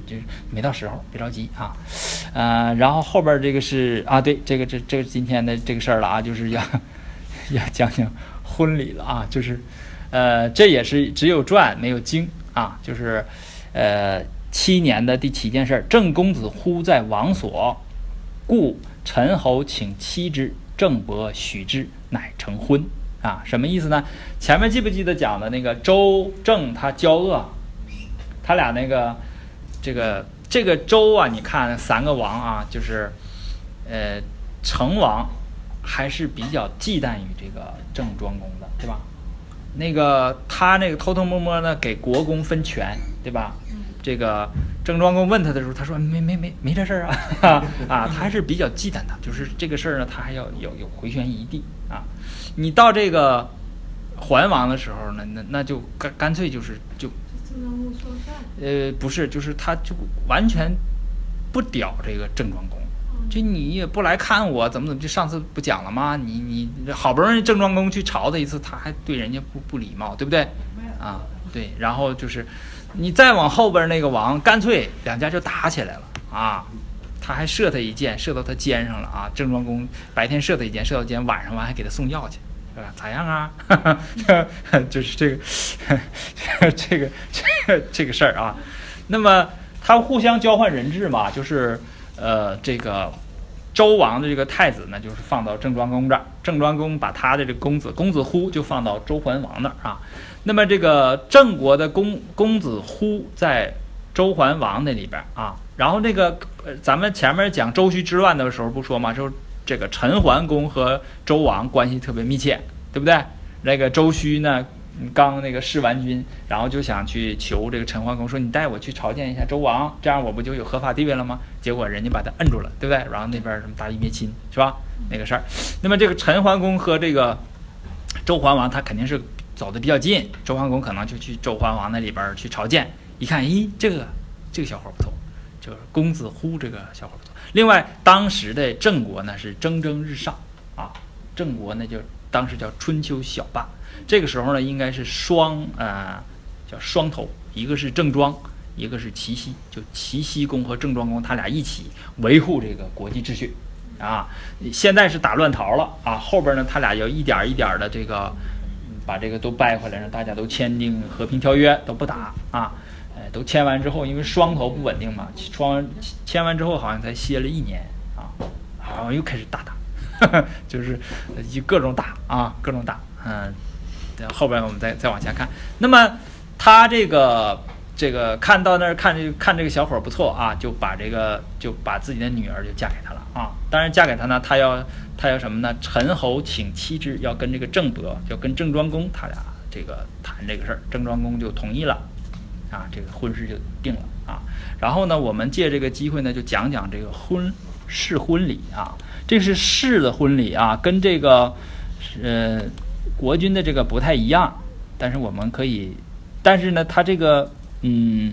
就是没到时候，别着急啊。呃，然后后边这个是啊，对，这个这这个今天的这个事儿了啊，就是要要讲讲婚礼了啊，就是呃，这也是只有传没有经啊，就是呃七年的第七件事，郑公子忽在王所，故陈侯请妻之，郑伯许之，乃成婚。啊，什么意思呢？前面记不记得讲的那个周郑他交恶，他俩那个这个这个周啊，你看三个王啊，就是呃成王还是比较忌惮于这个郑庄公的，对吧？那个他那个偷偷摸摸呢给国公分权，对吧？这个郑庄公问他的时候，他说没没没没这事儿啊啊，他还是比较忌惮他，就是这个事儿呢，他还要有有回旋余地啊。你到这个桓王的时候呢，那那就干干脆就是就，呃，不是，就是他就完全不屌这个郑庄公，就你也不来看我，怎么怎么，就上次不讲了吗？你你好不容易郑庄公去朝他一次，他还对人家不不礼貌，对不对？啊，对，然后就是你再往后边那个王，干脆两家就打起来了啊。他还射他一箭，射到他肩上了啊！郑庄公白天射他一箭，射到肩，晚上完还给他送药去，是吧？咋样啊？就是这个，这个，这个这个事儿啊。那么他互相交换人质嘛，就是呃，这个周王的这个太子呢，就是放到郑庄公这儿，郑庄公把他的这个公子公子忽就放到周桓王那儿啊。那么这个郑国的公公子忽在周桓王那里边啊。然后那个，呃，咱们前面讲周须之乱的时候不说嘛，就这个陈桓公和周王关系特别密切，对不对？那个周须呢，刚那个弑完君，然后就想去求这个陈桓公说：“你带我去朝见一下周王，这样我不就有合法地位了吗？”结果人家把他摁住了，对不对？然后那边什么大义灭亲是吧？那个事儿。那么这个陈桓公和这个周桓王，他肯定是走得比较近，周桓公可能就去周桓王那里边去朝见，一看，咦，这个这个小伙不错。就是公子忽这个小伙不错。另外，当时的郑国呢是蒸蒸日上啊，郑国呢就当时叫春秋小霸。这个时候呢，应该是双呃叫双头，一个是郑庄，一个是齐奚，就齐奚公和郑庄公他俩一起维护这个国际秩序啊。现在是打乱逃了啊，后边呢他俩要一点一点的这个把这个都掰回来，让大家都签订和平条约，都不打啊。都签完之后，因为双头不稳定嘛，双签完之后好像才歇了一年啊，然后又开始大打，呵呵就是一各种打啊，各种打，嗯，后边我们再再往下看。那么他这个这个看到那儿看这看这个小伙不错啊，就把这个就把自己的女儿就嫁给他了啊。当然嫁给他呢，他要他要什么呢？陈侯请妻之，要跟这个郑伯，要跟郑庄公他俩这个谈这个事儿，郑庄公就同意了。啊，这个婚事就定了啊。然后呢，我们借这个机会呢，就讲讲这个婚事婚礼啊。这是士的婚礼啊，跟这个呃国君的这个不太一样，但是我们可以，但是呢，它这个嗯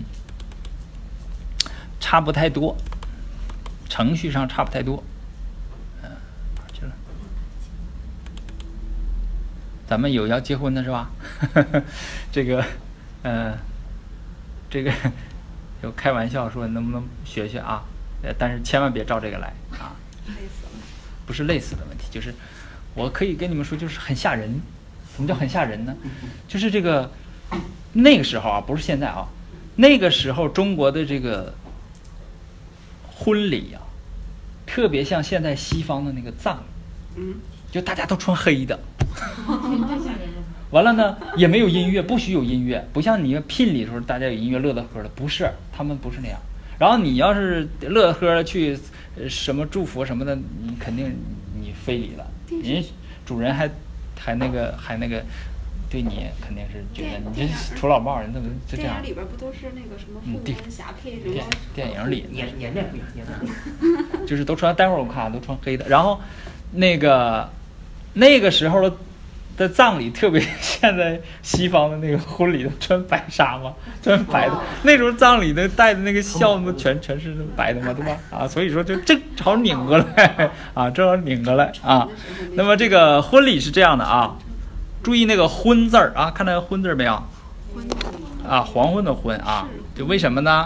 差不太多，程序上差不太多。嗯、呃，哪去了？咱们有要结婚的是吧？这个呃。这个就开玩笑说能不能学学啊？呃，但是千万别照这个来啊！ 累死了， 不是累死的问题，就是我可以跟你们说，就是很吓人。什么叫很吓人呢？就是这个那个时候啊，不是现在啊，那个时候中国的这个婚礼啊，特别像现在西方的那个葬礼，嗯，就大家都穿黑的。完了呢，也没有音乐，不许有音乐，不像你聘礼的时候大家有音乐乐乐呵的，不是，他们不是那样。然后你要是乐呵的去什么祝福什么的，你肯定你非礼了，人主人还还那个还那个对你肯定是觉得你这土老帽人怎么就这样。 电影里边不都是那个什么富翁霞帔什么？ 电影里年年代不一样，年代不一样， 就是都穿，待会儿我看都穿黑的。然后那个那个时候的。的葬礼特别现在西方的那个婚礼都穿白纱嘛，穿白的。哦、那时候葬礼的带的那个孝子全全是白的嘛，对吧？啊，所以说就正好拧过来啊，正好拧过来啊。那么这个婚礼是这样的啊，注意那个婚字儿啊，看那个婚字没有？啊，黄昏的昏啊，就为什么呢？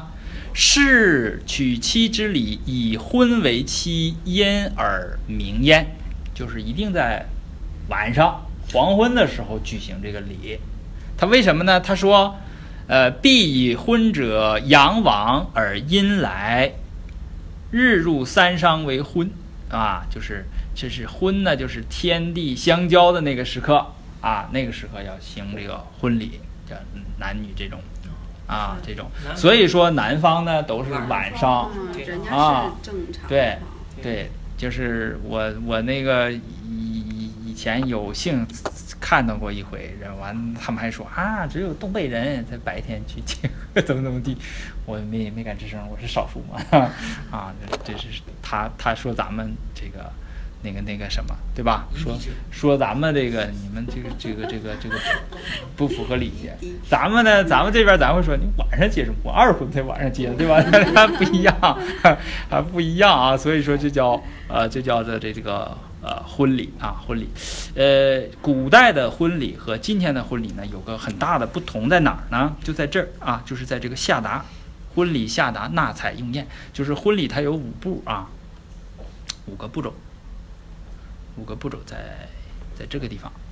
是娶妻之礼，以婚为期，因而明焉，就是一定在晚上黄昏的时候举行这个礼。他为什么呢？他说，呃，必以婚者阳往而阴来，日入三商为婚啊，就是这是婚呢，就是天地相交的那个时刻啊，那个时刻要行这个婚礼，叫男女这种啊这种，所以说南方呢都是晚上啊，对对，就是我我那个以以前有幸看到过一回，完他们还说啊，只有东北人在白天去结合怎么怎么地，我没没敢吱声，我是少数嘛，啊，这是他他说咱们这个那个那个什么，对吧？说说咱们这个你们这个这个这个这个不符合礼节，咱们呢，咱们这边咱会说你晚上结什么？我二婚才晚上结，对吧？它不一样，啊不一样啊，所以说这叫呃这叫做这这个。呃，婚礼啊，婚礼，呃，古代的婚礼和今天的婚礼呢，有个很大的不同在哪儿呢？就在这儿啊，就是在这个下达，婚礼下达纳采用宴，就是婚礼它有五步啊，五个步骤，五个步骤在在这个地方，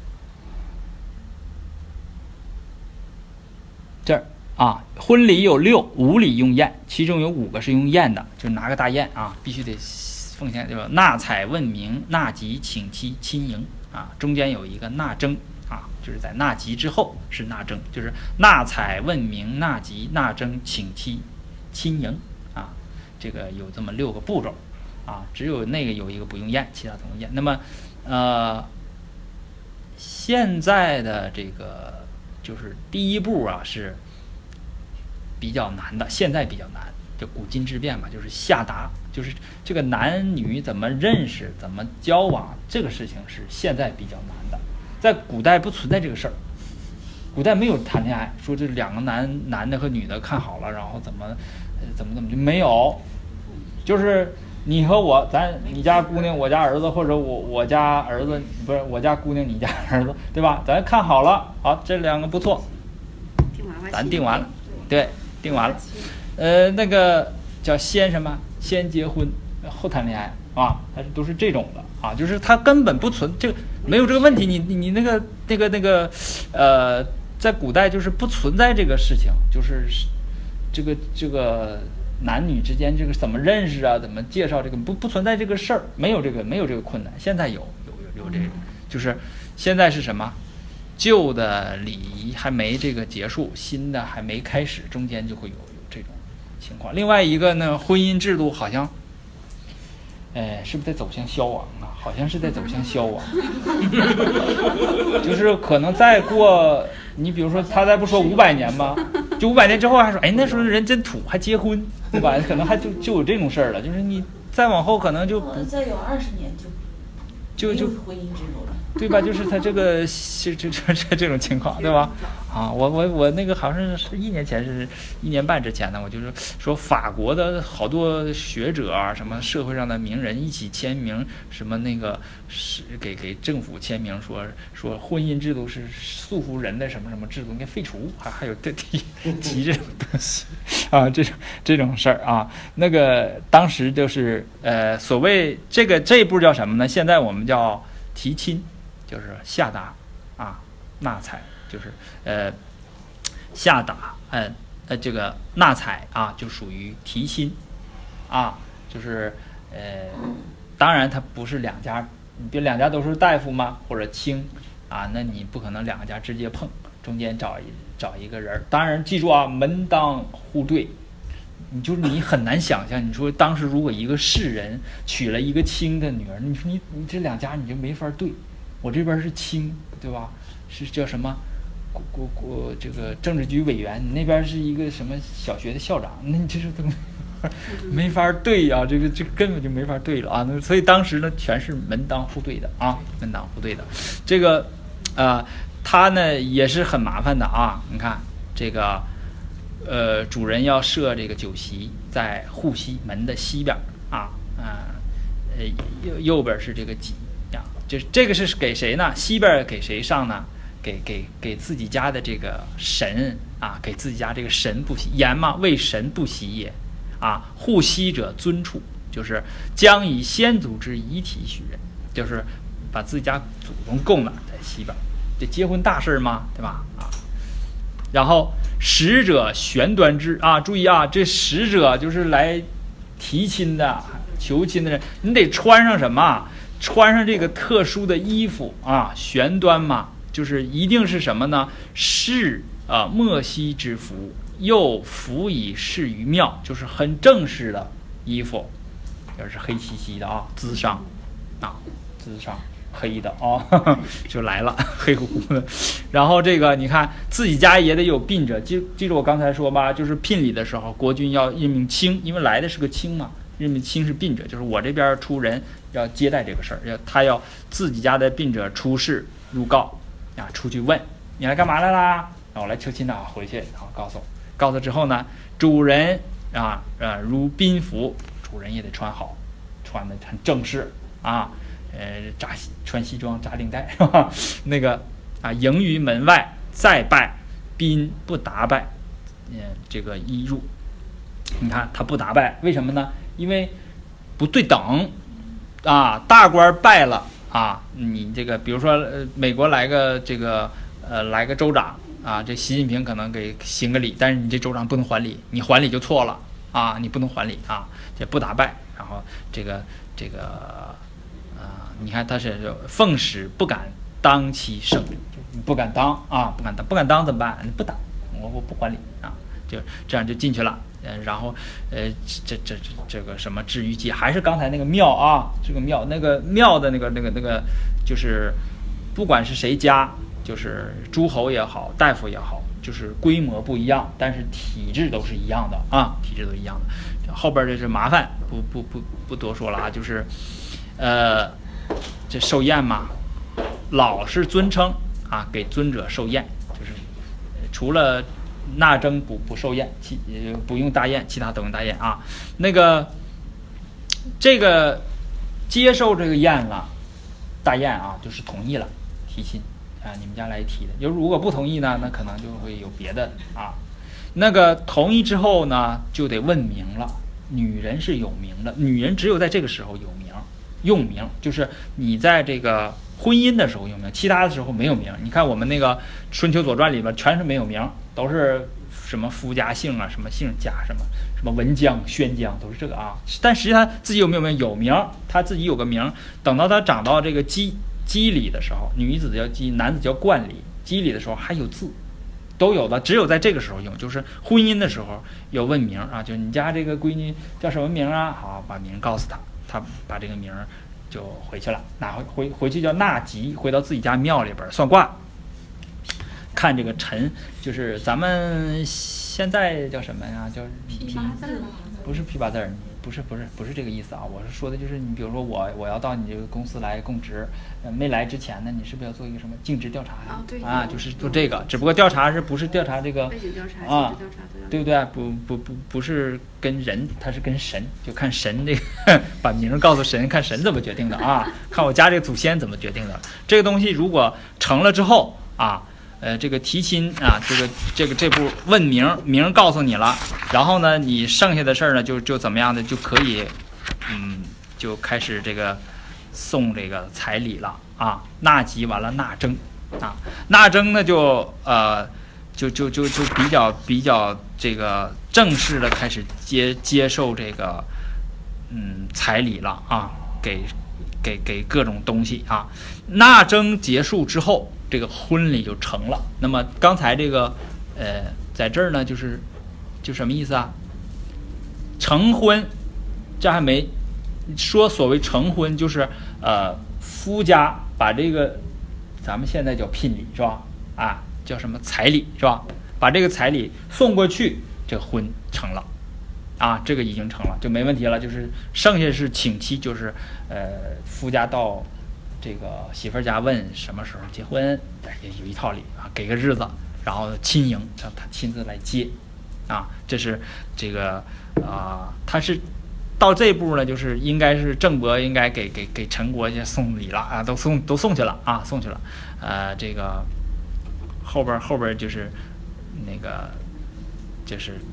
这儿啊，婚礼有六，五礼用宴，其中有五个是用宴的，就拿个大宴啊，必须得。奉献对吧？纳采问名，纳吉请妻亲迎啊，中间有一个纳征啊，就是在纳吉之后是纳征，就是纳采问名、纳吉、纳征请妻亲迎啊，这个有这么六个步骤啊，只有那个有一个不用宴，其他都用宴。那么呃，现在的这个就是第一步啊是比较难的，现在比较难。就古今之变嘛，就是下达，就是这个男女怎么认识、怎么交往，这个事情是现在比较难的。在古代不存在这个事儿，古代没有谈恋爱，说这两个男男的和女的看好了，然后怎么、呃、怎么怎么就没有，就是你和我，咱你家姑娘我家儿子，或者我我家儿子不是我家姑娘你家儿子，对吧？咱看好了，好，这两个不错，咱定完了，对，定完了。呃，那个叫先什么？先结婚后谈恋爱啊，它都是这种的啊，就是它根本不存这个没有这个问题。你你你那个那个那个呃，在古代就是不存在这个事情，就是这个这个男女之间这个怎么认识啊，怎么介绍这个不不存在这个事儿，没有这个没有这个困难。现在有有有有这个，就是现在是什么？旧的礼仪还没这个结束，新的还没开始，中间就会有。情况。另外一个呢，婚姻制度好像，哎，是不是在走向消亡啊？好像是在走向消亡，就是可能再过，你比如说他再不说五百年吗？就五百年之后还说，哎，那时候人真土，还结婚，对吧？可能还就就有这种事儿了。就是你再往后可能就不再有二十年就就就婚姻制度了。 对吧？就是他这个这这这这种情况，对吧？啊，我我我那个好像是一年前，是一年半之前呢，我就是说法国的好多学者啊，什么社会上的名人一起签名，什么那个是给给政府签名说说婚姻制度是束缚人的什么什么制度应该废除，还还有这提提这种东西啊，这种这种事儿啊，那个当时就是呃所谓这个这一步叫什么呢？现在我们叫提亲。就是下达啊，纳采就是呃下达呃呃这个纳采啊，就属于提亲啊，就是呃当然它不是两家，你比如两家都是大夫嘛或者亲啊，那你不可能两个家直接碰，中间找一找一个人。当然记住啊，门当户对。你就是你很难想象，你说当时如果一个士人娶了一个亲的女儿，你说你你这两家你就没法对。我这边是清，对吧？是叫什么？国国国这个政治局委员，你那边是一个什么小学的校长，那你这是都没法对呀、啊，这个这个根本就没法对了啊！那所以当时呢，全是门当户对的啊，门当户对的。这个呃，他呢也是很麻烦的啊。你看这个呃，主人要设这个酒席在户西门的西边啊，啊呃右右边是这个己。就是这个是给谁呢？西边给谁上呢？给给给自己家的这个神啊，给自己家这个神不喜，言嘛，为神不喜也啊，护西者尊处，就是将以先祖之遗体许人，就是把自己家祖宗供哪在西边，这结婚大事嘛，对吧？啊，然后使者玄端之啊，注意啊，这使者就是来提亲的、求亲的人，你得穿上什么？穿上这个特殊的衣服啊，玄端嘛，就是一定是什么呢？是啊，莫西之服，又服以饰于庙，就是很正式的衣服，就是黑漆漆的啊，滋伤啊，滋伤。黑的哦，呵呵就来了，黑乎乎的。然后这个你看，自己家也得有殡者，记记住我刚才说吧，就是聘礼的时候，国君要任命卿，因为来的是个卿嘛，任命卿是殡者，就是我这边出人要接待这个事儿，要他要自己家的殡者出示入告啊，出去问你来干嘛来啦？然后我来求亲啊，回去然后告诉告诉之后呢，主人啊啊如宾服，主人也得穿好，穿的很正式啊。呃，扎穿西装扎领带是吧？那个啊，迎于门外再拜，宾不答拜，嗯、呃，这个一入，你看他不答拜，为什么呢？因为不对等啊，大官拜了啊，你这个比如说呃，美国来个这个呃来个州长啊，这习近平可能给行个礼，但是你这州长不能还礼，你还礼就错了啊，你不能还礼啊，这不答拜，然后这个这个。你看他是奉使不敢当其圣，不敢当啊，不敢当，不敢当怎么办？你不当，我我不还礼啊，就这样就进去了。嗯，然后呃，这这这这个什么治愈祭，还是刚才那个庙啊，这个庙那个庙的那个那个那个，就是不管是谁家，就是诸侯也好，大夫也好，就是规模不一样，但是体制都是一样的啊，体制都一样的。后边这是麻烦，不不不不多说了啊，就是呃。这寿宴嘛，老是尊称啊，给尊者寿宴，就是除了纳征不不寿宴，其不用大宴，其他都用大宴啊。那个这个接受这个宴了，大宴啊，就是同意了，提亲啊，你们家来提的。就如果不同意呢，那可能就会有别的啊。那个同意之后呢，就得问名了。女人是有名的，女人只有在这个时候有名。用名就是你在这个婚姻的时候用名，其他的时候没有名。你看我们那个春秋左传里边全是没有名，都是什么夫家姓啊，什么姓贾，什么什么文姜、宣姜，都是这个啊。但实际上自己有没有名？有名，他自己有个名。等到他长到这个姬姬礼的时候，女子叫姬，男子叫冠礼。姬礼的时候还有字，都有的，只有在这个时候用，就是婚姻的时候有问名啊，就你家这个闺女叫什么名啊？好，把名告诉他。他把这个名儿就回去了，拿回回回去叫纳吉，回到自己家庙里边算卦，看这个辰，就是咱们现在叫什么呀？叫批八字， 不是批八字，不是不是不是这个意思啊！我是说的就是你比如说我我要到你这个公司来供职，呃，没来之前呢，你是不是要做一个什么尽职调查呀？ 哦、对啊，就是做这个，只不过调查是不是调查这个背景调查、 啊？ 调查都要对不对？不不不不是跟人，他是跟神，就看神这个把名告诉神，看神怎么决定的啊？看我家这个祖先怎么决定的。这个东西如果成了之后啊。呃，这个提亲啊，这个这个这步问名名告诉你了，然后呢，你剩下的事儿呢，就就怎么样的就可以，嗯，就开始这个送这个彩礼了啊，纳吉完了纳征啊，纳征呢就呃就就就就比较比较这个正式的开始接接受这个嗯彩礼了啊，给给给各种东西啊，纳征结束之后。这个婚礼就成了。那么刚才这个，呃，在这儿呢，就是就什么意思啊？成婚，这还没说。所谓成婚，就是呃，夫家把这个，咱们现在叫聘礼是吧？啊，叫什么彩礼是吧？把这个彩礼送过去，这个婚成了。啊，这个已经成了，就没问题了。就是剩下是请期，就是呃，夫家到。这个媳妇儿家问什么时候结婚，也有一套礼啊，给个日子，然后亲迎，让他亲自来接，啊，这是这个啊、呃，他是到这步呢，就是应该是郑伯应该给给给陈国去送礼了啊，都送都送去了啊，送去了，呃，这个后边后边就是那个就是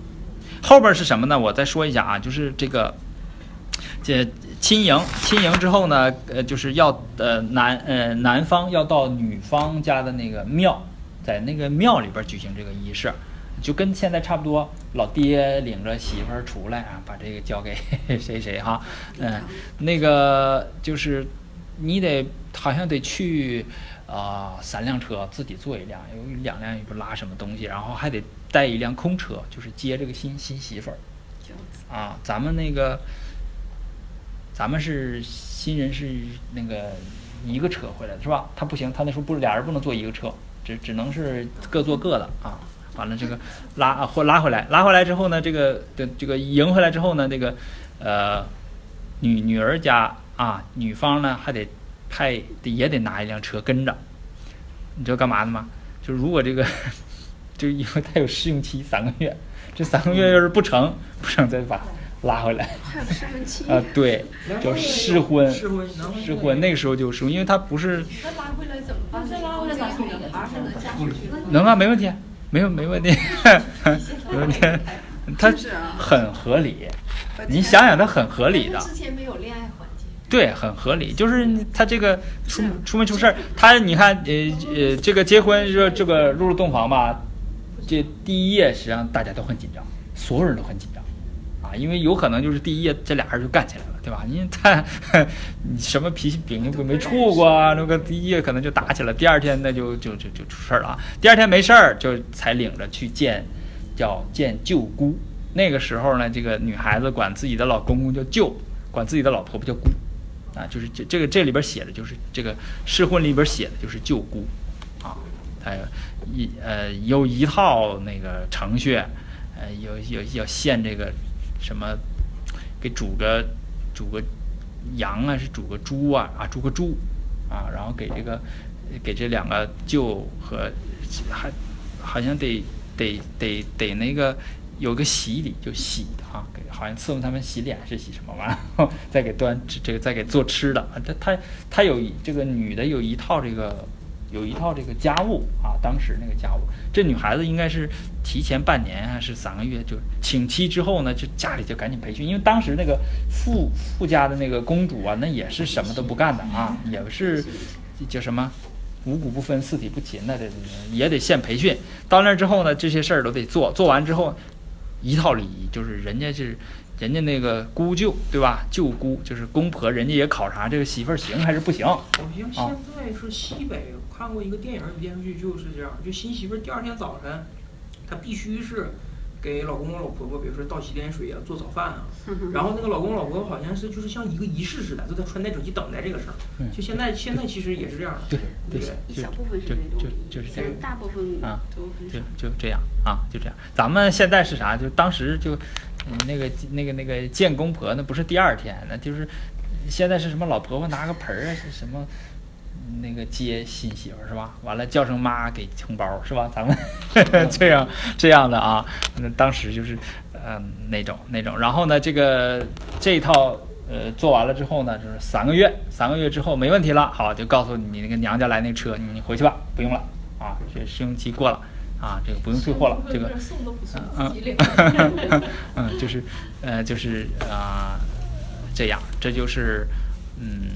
后边是什么呢？我再说一下啊，就是这个这亲迎，亲迎之后呢，呃，就是要呃男呃男方要到女方家的那个庙，在那个庙里边举行这个仪式，就跟现在差不多，老爹领着媳妇儿出来啊，把这个交给谁谁哈，嗯、呃，那个就是你得好像得去啊、呃、三辆车自己坐一辆，有两辆也不拉什么东西，然后还得带一辆空车，就是接这个新新媳妇儿啊，咱们那个。咱们是新人是那个一个车回来的是吧？他不行，他那时候不是俩人不能坐一个车，只只能是各坐各的啊。完了这个拉或拉回来，拉回来之后呢，这个的这个迎回来之后呢，这个呃女女儿家啊，女方呢还得派也得拿一辆车跟着，你知道干嘛的吗？就如果这个就因为他有试用期三个月，这三个月要是不成不成再把。拉回来， 还有试婚期啊，对，叫试婚， 试婚， 试婚，那个时候就试婚，因为他不是。 那拉回来怎么办？再拉回来咋处理？还是能嫁出去？ 能啊，没问题，没有没问题，没问题，他很合理，你想想，他很合理的。 之前没有恋爱环节。 对，很合理，就是他这个出出没出事儿，他你看，呃呃，这个结婚说这个入入洞房吧，这第一夜实际上大家都很紧张，所有人都很紧张。因为有可能就是第一夜这俩人就干起来了，对吧？因为他你什么脾气饼没处过啊，那个第一夜可能就打起来，第二天那就就就就出事儿了啊。第二天没事儿就才领着去见，叫见舅姑。那个时候呢，这个女孩子管自己的老公公叫舅，管自己的老婆婆叫姑，啊，就是这这个这里边写的就是这个试婚里边写的就是舅姑，啊，还有一呃有一套那个程序，呃有有要献这个。什么给煮个煮个羊啊，是煮个猪啊啊，煮个猪啊，然后给这个给这两个舅和还好像得得得得那个有个洗礼就洗的啊，给好像伺候他们洗脸是洗什么玩意儿，再给端这个再给做吃的，他他他有这个女的有一套这个有一套这个家务啊，当时那个家务，这女孩子应该是提前半年还是三个月就请期之后呢，就家里就赶紧培训，因为当时那个富富家的那个公主啊，那也是什么都不干的啊，也是叫什么五谷不分四体不勤的，这也得现培训。到那之后呢，这些事儿都得做，做完之后一套礼仪，就是人家是人家那个姑舅对吧？舅姑就是公婆，人家也考察这个媳妇儿行还是不行。 好像现在是西北看过一个电影电视剧就是这样，就新媳妇儿第二天早晨，她必须是给老公公老婆婆，比如说倒洗脸水啊，做早饭啊，然后那个老公老婆婆好像是就是像一个仪式似的，都在穿戴整齐等待这个事儿。就现在现在其实也是这样的， 对对， 一小部分是那种， 就就是这样， 大部分啊都很少。 就就这样啊，就这样。咱们现在是啥？就当时就。嗯，那个那个那个见公婆，那不是第二天，那就是现在是什么老婆婆拿个盆儿啊，是什么那个接新媳妇是吧？完了叫声妈给红包是吧？咱们这样这样的啊，那当时就是嗯、呃、那种那种，然后呢，这个这一套呃做完了之后呢，就是三个月，三个月之后没问题了，好就告诉你那个娘家来那个车，你回去吧，不用了啊，这试用期过了。啊，这个不用退货了，这个，嗯，嗯，就是，呃，就是啊、呃，这样，这就是嗯，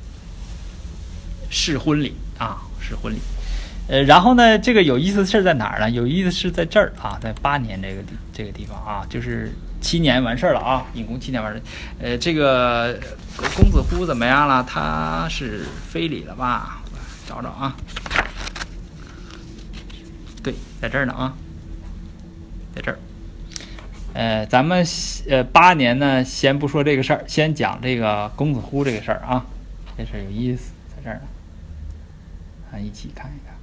试婚礼啊，试婚礼，呃，然后呢，这个有意思的事在哪儿呢？有意思是在这儿啊，在八年这个地这个地方啊，就是七年完事儿了啊，隐公七年完事儿，呃，这个公子乎怎么样了？他是非礼了吧？找找啊。对，在这儿呢啊，在这儿。呃，咱们呃八年呢，先不说这个事儿，先讲这个公子乎这个事儿啊。这事儿有意思，在这儿呢，咱一起看一看。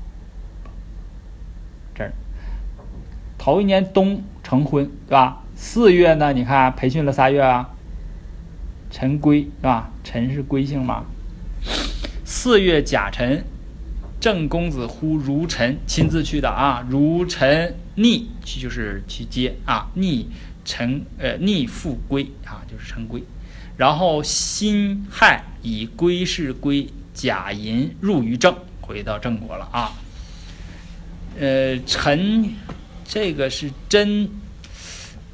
这儿，头一年冬成婚，对吧？四月呢，你看培训了仨月啊。辰归，是吧？辰是归姓嘛。四月甲辰。郑公子乎如辰亲自去的啊，如辰逆去就是去接啊，逆辰呃逆复归啊，就是辰归。然后辛亥以归氏归甲寅入于郑，回到郑国了啊。呃，辰这个是真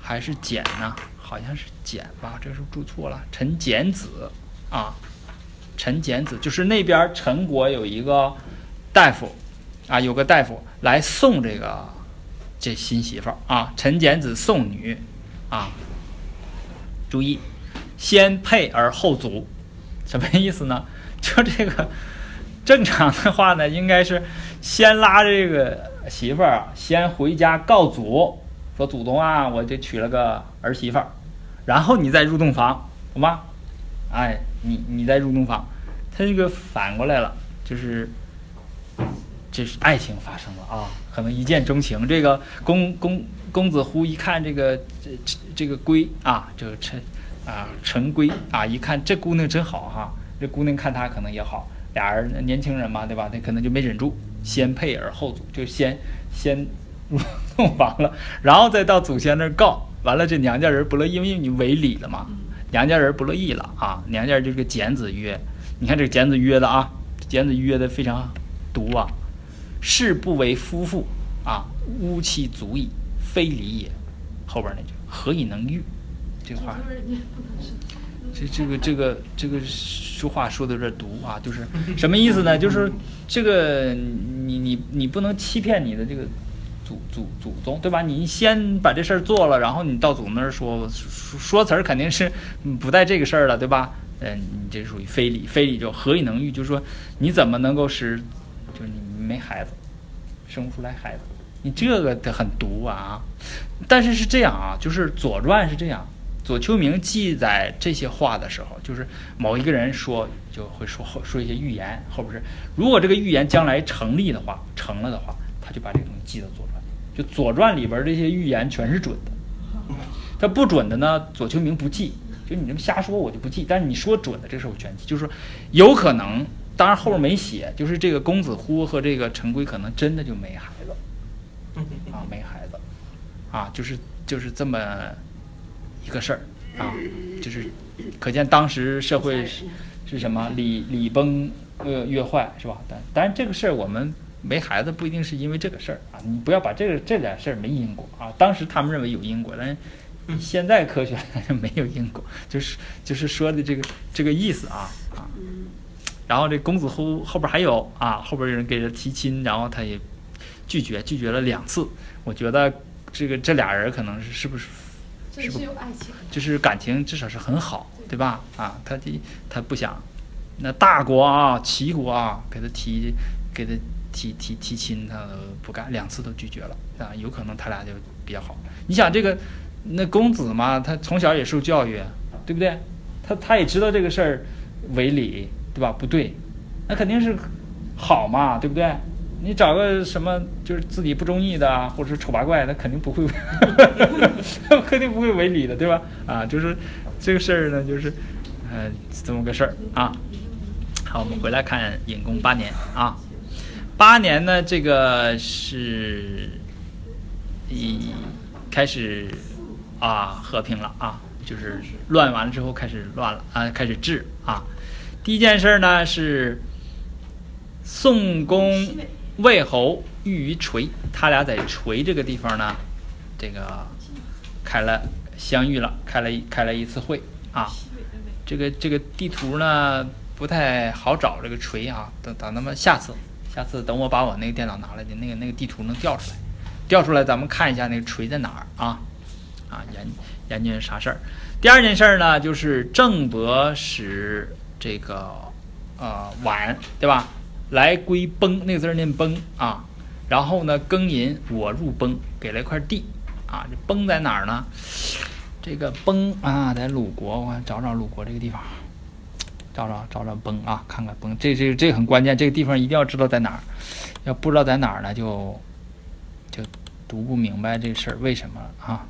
还是简呢？好像是简吧，这是注错了。陈简子啊，陈简子就是那边陈国有一个大夫啊，有个大夫来送这个这新媳妇儿啊，陈简子送女啊。注意，先配而后祖，什么意思呢？就这个正常的话呢，应该是先拉这个媳妇儿先回家告祖，说祖宗啊，我这娶了个儿媳妇儿，然后你再入洞房，懂吗？哎，你你再入洞房，他这个反过来了，就是这是爱情发生了啊，可能一见钟情。这个公公公子乎一看这个这这个龟啊，这个陈啊陈龟啊，一看这姑娘真好哈、啊，这姑娘看他可能也好，俩人年轻人嘛，对吧？他可能就没忍住，先配而后祖，就先先入洞房了，然后再到祖先那儿告，完了这娘家人不乐意，因为你违礼了嘛，娘家人不乐意了啊，娘家这个简子约，你看这个简子约的啊，简子约的非常毒啊。是不为夫妇啊，乌其足矣，非礼也。后边那句何以能御？这话，这这个这个这个说话说的有点毒啊，就是什么意思呢？就是这个你你你不能欺骗你的这个祖祖祖宗，对吧？你先把这事儿做了，然后你到祖那儿说说说词儿，肯定是不带这个事儿了，对吧？嗯，你这属于非礼，非礼就何以能御？就是说你怎么能够使？就是你没孩子，生不出来孩子，你这个的很毒啊！但是是这样啊，就是《左传》是这样，左丘明记载这些话的时候，就是某一个人说，就会说说一些预言，后边是如果这个预言将来成立的话，成了的话，他就把这个东西记到《左传》，就《左传》里边这些预言全是准的，他不准的呢，左丘明不记，就你这么瞎说我就不记，但是你说准的这事我全记，就是说有可能。当然后边没写，就是这个公子乎和这个陈规可能真的就没孩子，啊，没孩子，啊，就是就是这么一个事儿啊，就是可见当时社会是是什么礼礼崩乐乐坏是吧？但当然这个事儿我们没孩子不一定是因为这个事儿啊，你不要把这个这俩事儿没因果啊。当时他们认为有因果，但是现在科学没有因果，就是就是说的这个这个意思啊啊。然后这公子乎后边还有啊，后边有人给他提亲，然后他也拒绝，拒绝了两次。我觉得这个这俩人可能是是不是这是有爱情， 就是感情至少是很好，对吧？啊，他他不想，那大国啊，齐国啊，给他提给他提提提亲，他不干，两次都拒绝了啊。有可能他俩就比较好。你想这个那公子嘛，他从小也受教育，对不对？他他也知道这个事儿违礼。对吧？不对，那肯定是好嘛，对不对？你找个什么就是自己不中意的，或者是丑八怪，那肯定不会，肯定不会违礼的，对吧？啊，就是这个事儿呢，就是呃这么个事儿啊。好，我们回来看隐公八年啊，八年呢，这个是一开始啊和平了啊，就是乱完了之后开始乱了啊，开始治啊。第一件事呢是宋公魏侯遇于垂，他俩在垂这个地方呢，这个开了相遇了，开了开了一次会啊。这个这个地图呢不太好找，这个垂啊，等等那么下次下次等我把我那个电脑拿来的那个那个地图能调出来，调出来咱们看一下那个垂在哪儿啊啊研研究啥事儿。第二件事呢就是郑伯使。这个呃晚对吧？来归崩，那个字念崩啊。然后呢，庚寅我入崩，给了一块地啊。这崩在哪儿呢？这个崩啊，在鲁国，我找找鲁国这个地方，找找找找崩啊，看看崩。这这这很关键，这个地方一定要知道在哪儿。要不知道在哪儿呢，就就读不明白这事儿为什么啊。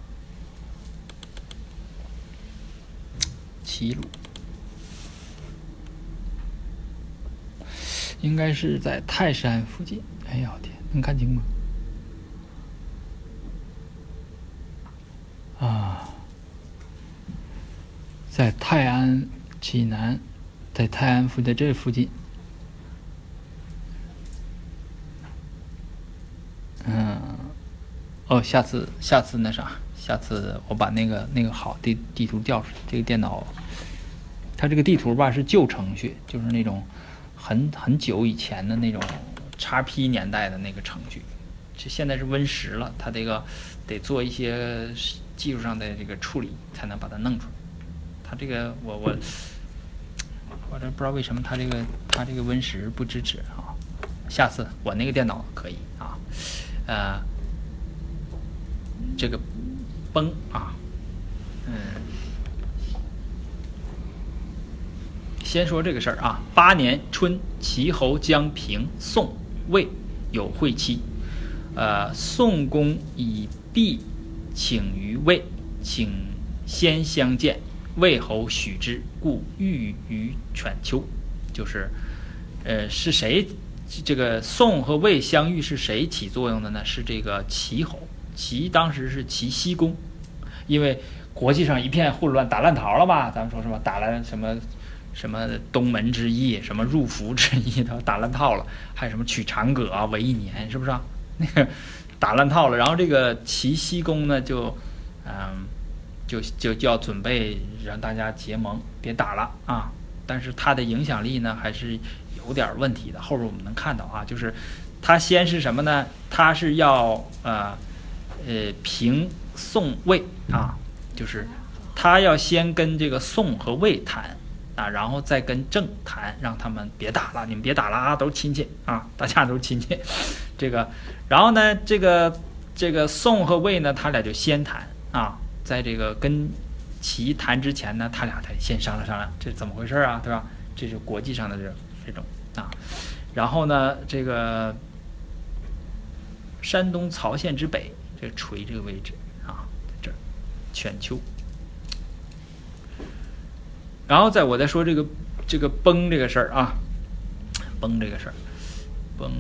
齐鲁。应该是在泰山附近。哎呀天，能看清吗？啊，在泰安济南，在泰安附近这附近。嗯，哦，下次下次那啥，下下次我把那个那个好地地图调出来。这个电脑，它这个地图吧是旧程序，就是那种很很久以前的那种 X P 年代的那个程序。这现在是 Win 十了，它这个得做一些技术上的这个处理，才能把它弄出来。它这个我我我这不知道为什么它这个它这个 Win 十不支持啊。下次我那个电脑可以啊，呃，这个崩啊，嗯，先说这个事儿啊。八年春，齐侯将平，宋、魏有会期。呃，宋公以毕请于魏，请先相见，魏侯许之，故遇于犬丘。就是，呃，是谁？这个宋和魏相遇是谁起作用的呢？是这个齐侯。齐当时是齐僖公，因为国际上一片混乱，打烂桃了吧？咱们说什么打烂什么什么东门之役，什么入伏之役，他打烂套了，还有什么取长葛啊，为一年，是不是啊？那个打烂套了，然后这个齐僖公呢，就嗯，就就就要准备让大家结盟，别打了啊。但是他的影响力呢，还是有点问题的。后边我们能看到啊，就是他先是什么呢？他是要呃呃平宋魏啊，就是他要先跟这个宋和魏谈啊，然后再跟郑谈，让他们别打了，你们别打了啊，都是亲戚啊，大家都是亲戚。这个，然后呢，这个这个宋和魏呢，他俩就先谈啊，在这个跟齐谈之前呢，他俩得先商量商量，这怎么回事啊，对吧？这是国际上的这这种啊。然后呢，这个山东曹县之北，这个垂这个位置啊，这儿犬丘。然后再我再说这个这个崩这个事儿啊，崩这个事儿，崩。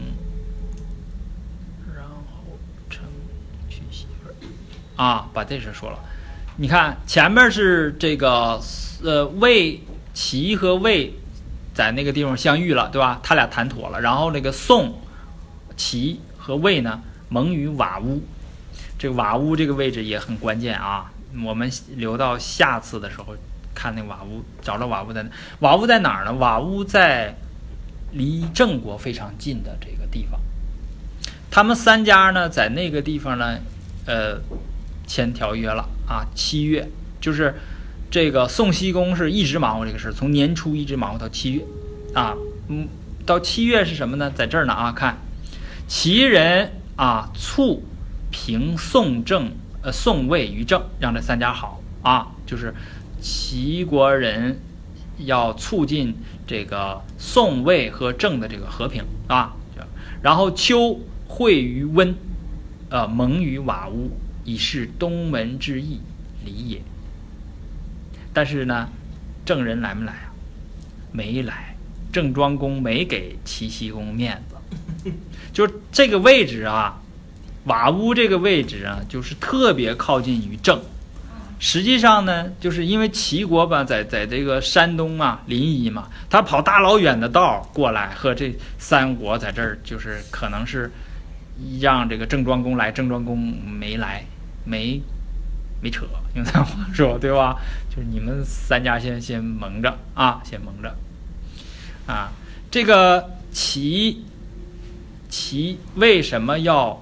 啊，把这事说了。你看前面是这个呃魏齐和魏在那个地方相遇了，对吧？他俩谈妥了。然后那个宋、齐和魏呢盟于瓦屋。这个瓦屋这个位置也很关键啊。我们留到下次的时候看那瓦屋，找找瓦屋在哪。瓦屋在哪儿呢？瓦屋在离郑国非常近的这个地方。他们三家呢在那个地方呢，呃。签条约了啊，七月就是这个宋僖公是一直忙活这个事，从年初一直忙活到七月啊，嗯，到七月是什么呢？在这儿呢啊，看齐人啊促平宋郑呃宋魏于郑，让这三家好啊，就是齐国人要促进这个宋魏和郑的这个和平啊，然后丘会于温，呃盟于瓦屋。以示东门之意礼也。但是呢，郑人来没来啊？没来。郑庄公没给齐僖公面子，就这个位置啊，瓦屋这个位置啊，就是特别靠近于郑。实际上呢，就是因为齐国吧，在在这个山东啊，临沂嘛，他跑大老远的道过来，和这三国在这儿，就是可能是让这个郑庄公来，郑庄公没来。没没扯，用咱话说，对吧？就是你们三家先先蒙着啊，先蒙着啊。这个齐齐为什么要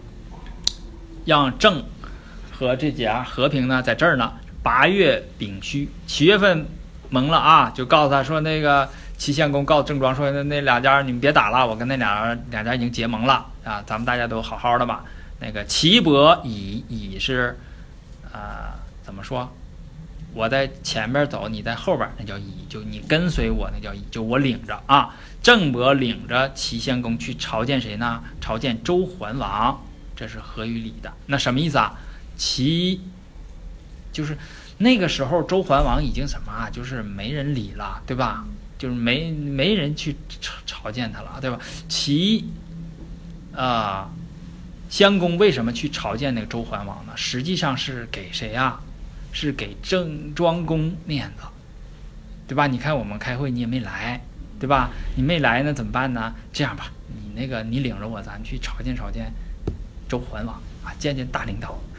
让郑和这家和平呢？在这儿呢，八月丙戌，七月份蒙了啊，就告诉他说，那个齐献公告诉郑庄说，那那两家你们别打了，我跟那俩两家已经结盟了啊，咱们大家都好好的吧。那个齐伯以以是，呃，怎么说？我在前边走，你在后边，那叫以，就你跟随我，那叫以，就我领着啊。郑伯领着齐献公去朝见谁呢？朝见周桓王，这是合于礼的。那什么意思啊？齐就是那个时候周桓王已经什么啊？就是没人理了，对吧？就是没没人去朝朝见他了，对吧？齐啊。呃襄公为什么去朝见那个周桓王呢？实际上是给谁啊？是给郑庄公面子，对吧？你看我们开会你也没来，对吧？你没来呢怎么办呢？这样吧，你那个你领着我，咱去朝见朝见周桓王啊，见见大领导，是吧？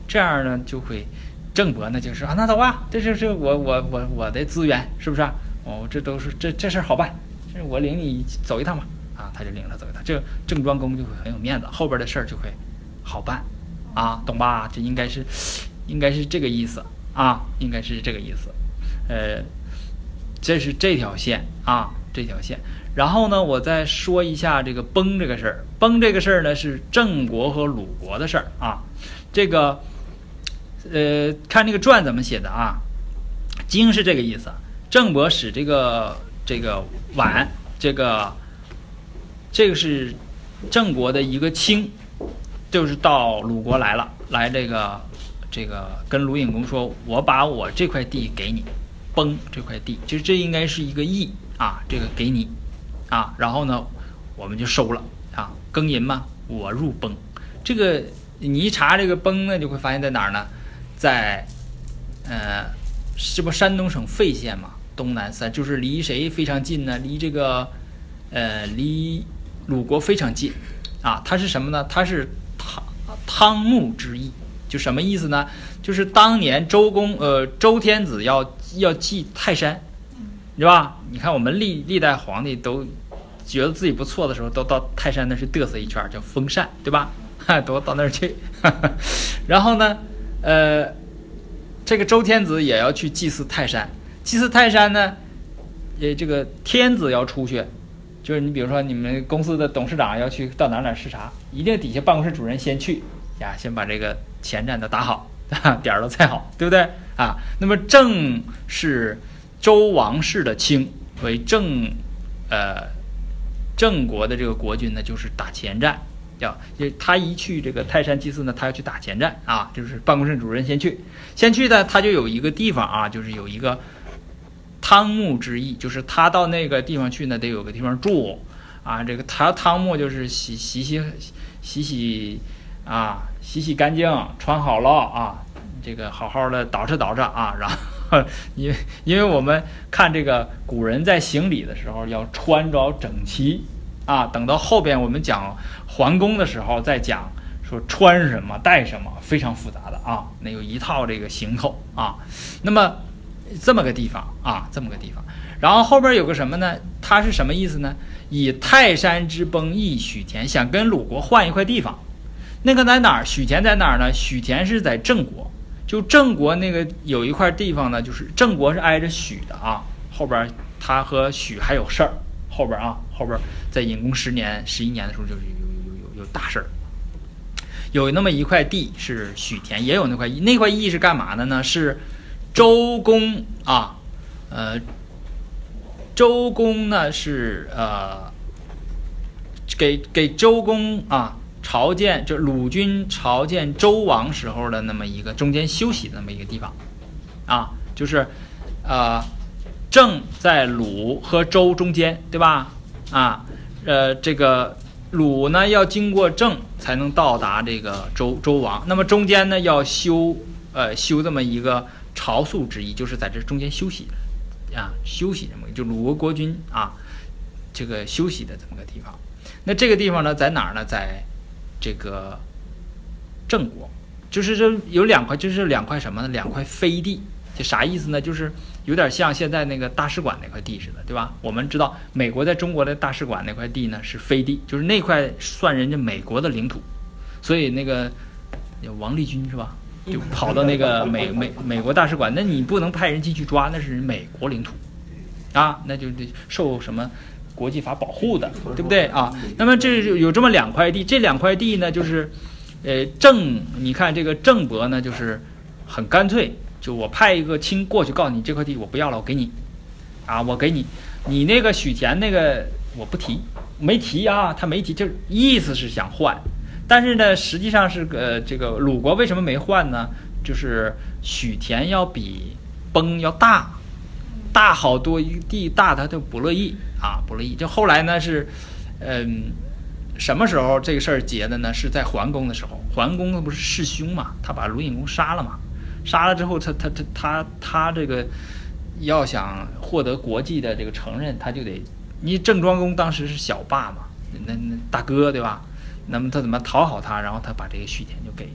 这样呢就会郑伯呢就说啊，那走啊，这就是我我我我的资源，是不是啊？哦，这都是这这事儿好办，这我领你走一趟吧。啊，他就领他走一趟，这郑庄公就会很有面子，后边的事儿就会好办，啊，懂吧？这应该是应该是这个意思啊，应该是这个意思。呃，这是这条线啊，这条线。然后呢，我再说一下这个崩这个事儿。崩这个事儿呢，是郑国和鲁国的事儿啊。这个，呃，看这个传怎么写的啊？经是这个意思。郑伯使这个这个碗，这个这个是郑国的一个卿，就是到鲁国来了，来这个这个跟鲁隐公说，我把我这块地给你，崩这块地，就这应该是一个邑啊，这个给你。啊，然后呢，我们就收了啊，庚寅嘛，我入崩。这个你一查这个崩呢，就会发现在哪儿呢？在呃，是不山东省费县嘛，东南三，就是离谁非常近呢？离这个呃，离鲁国非常近啊。它是什么呢？它是汤汤沐之邑，就什么意思呢？就是当年周公呃周天子要要祭泰山，对吧？你看我们历历代皇帝都觉得自己不错的时候，都到泰山那去嘚瑟一圈，叫封禅，对吧？都到那儿去。然后呢，呃，这个周天子也要去祭祀泰山。祭祀泰山呢，呃，这个天子要出去，就是你比如说你们公司的董事长要去到哪哪视察，一定底下办公室主任先去呀，先把这个前站都打好，点儿都踩好，对不对啊？那么郑是周王室的卿，为郑呃郑国的这个国君呢，就是打前站，要他一去这个泰山祭祀呢，他要去打前站啊，就是办公室主任先去，先去的他就有一个地方啊，就是有一个汤沐之邑，就是他到那个地方去呢，得有个地方住啊。这个他汤沐就是洗洗洗洗洗啊，洗洗干净，穿好了啊，这个好好的捯饬捯饬啊，然后。因为因为我们看这个古人在行礼的时候要穿着整齐啊，等到后边我们讲桓公的时候再讲说穿什么带什么，非常复杂的啊，那有一套这个行头啊。那么这么个地方啊，这么个地方，然后后边有个什么呢？它是什么意思呢？以泰山之崩易许田，想跟鲁国换一块地方。那个在哪儿？许田在哪儿呢？许田是在郑国。就郑国那个有一块地方呢，就是郑国是挨着许的啊，后边他和许还有事儿，后边啊，后边在隐公十年、十一年的时候，就是有有有有有大事儿。有那么一块地是许田，也有那块邑，那块邑是干嘛的呢？是周公啊，呃，周公呢是呃，给给周公啊。朝见就鲁军朝见周王时候的那么一个中间休息的那么一个地方，啊，就是呃郑在鲁和周中间，对吧？啊，呃这个鲁呢要经过郑才能到达这个周周王，那么中间呢要修呃修这么一个朝宿之邑，就是在这中间休息啊，休息这么就鲁国国君啊这个休息的这么个地方。那这个地方呢在哪儿呢？在这个郑国，就是这有两块，就是两块什么呢？两块飞地，就啥意思呢？就是有点像现在那个大使馆那块地似的，对吧？我们知道美国在中国的大使馆那块地呢是飞地，就是那块算人家美国的领土，所以那个王立军是吧？就跑到那个美美美国大使馆，那你不能派人进去抓，那是美国领土啊，那就得受什么国际法保护的，对不对啊？那么这有这么两块地，这两块地呢，就是，呃，郑，你看这个郑伯呢，就是很干脆，就我派一个卿过去，告诉你这块地我不要了，我给你，啊，我给你，你那个许田那个我不提，没提啊，他没提，就意思是想换，但是呢，实际上是呃，这个鲁国为什么没换呢？就是许田要比崩要大。大好多一地大，他就不乐意啊，不乐意。就后来呢是，嗯，什么时候这个事儿结的呢？是在桓公的时候，桓公不是弑兄嘛，他把鲁隐公杀了嘛，杀了之后，他他他他他这个要想获得国际的这个承认，他就得，你郑庄公当时是小霸嘛，那那大哥对吧？那么他怎么讨好他？然后他把这个许田就给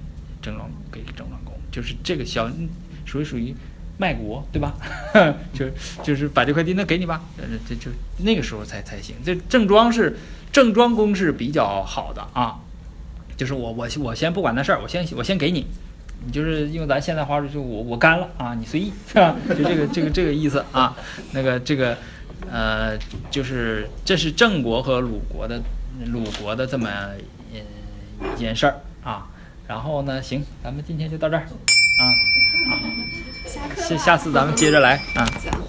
郑庄给郑庄公，就是这个小属于属于卖国，对吧？就就是把这块地那给你吧，这就那个时候才才行。这郑庄是郑庄公是比较好的啊，就是我我我先不管那事儿，我先我先给你，你就是用咱现在话说，就我我干了啊，你随意是吧？就这个这个这个意思啊。那个这个呃，就是这是郑国和鲁国的鲁国的这么呃一件事儿啊。然后呢，行，咱们今天就到这儿啊啊，下下次咱们接着来啊。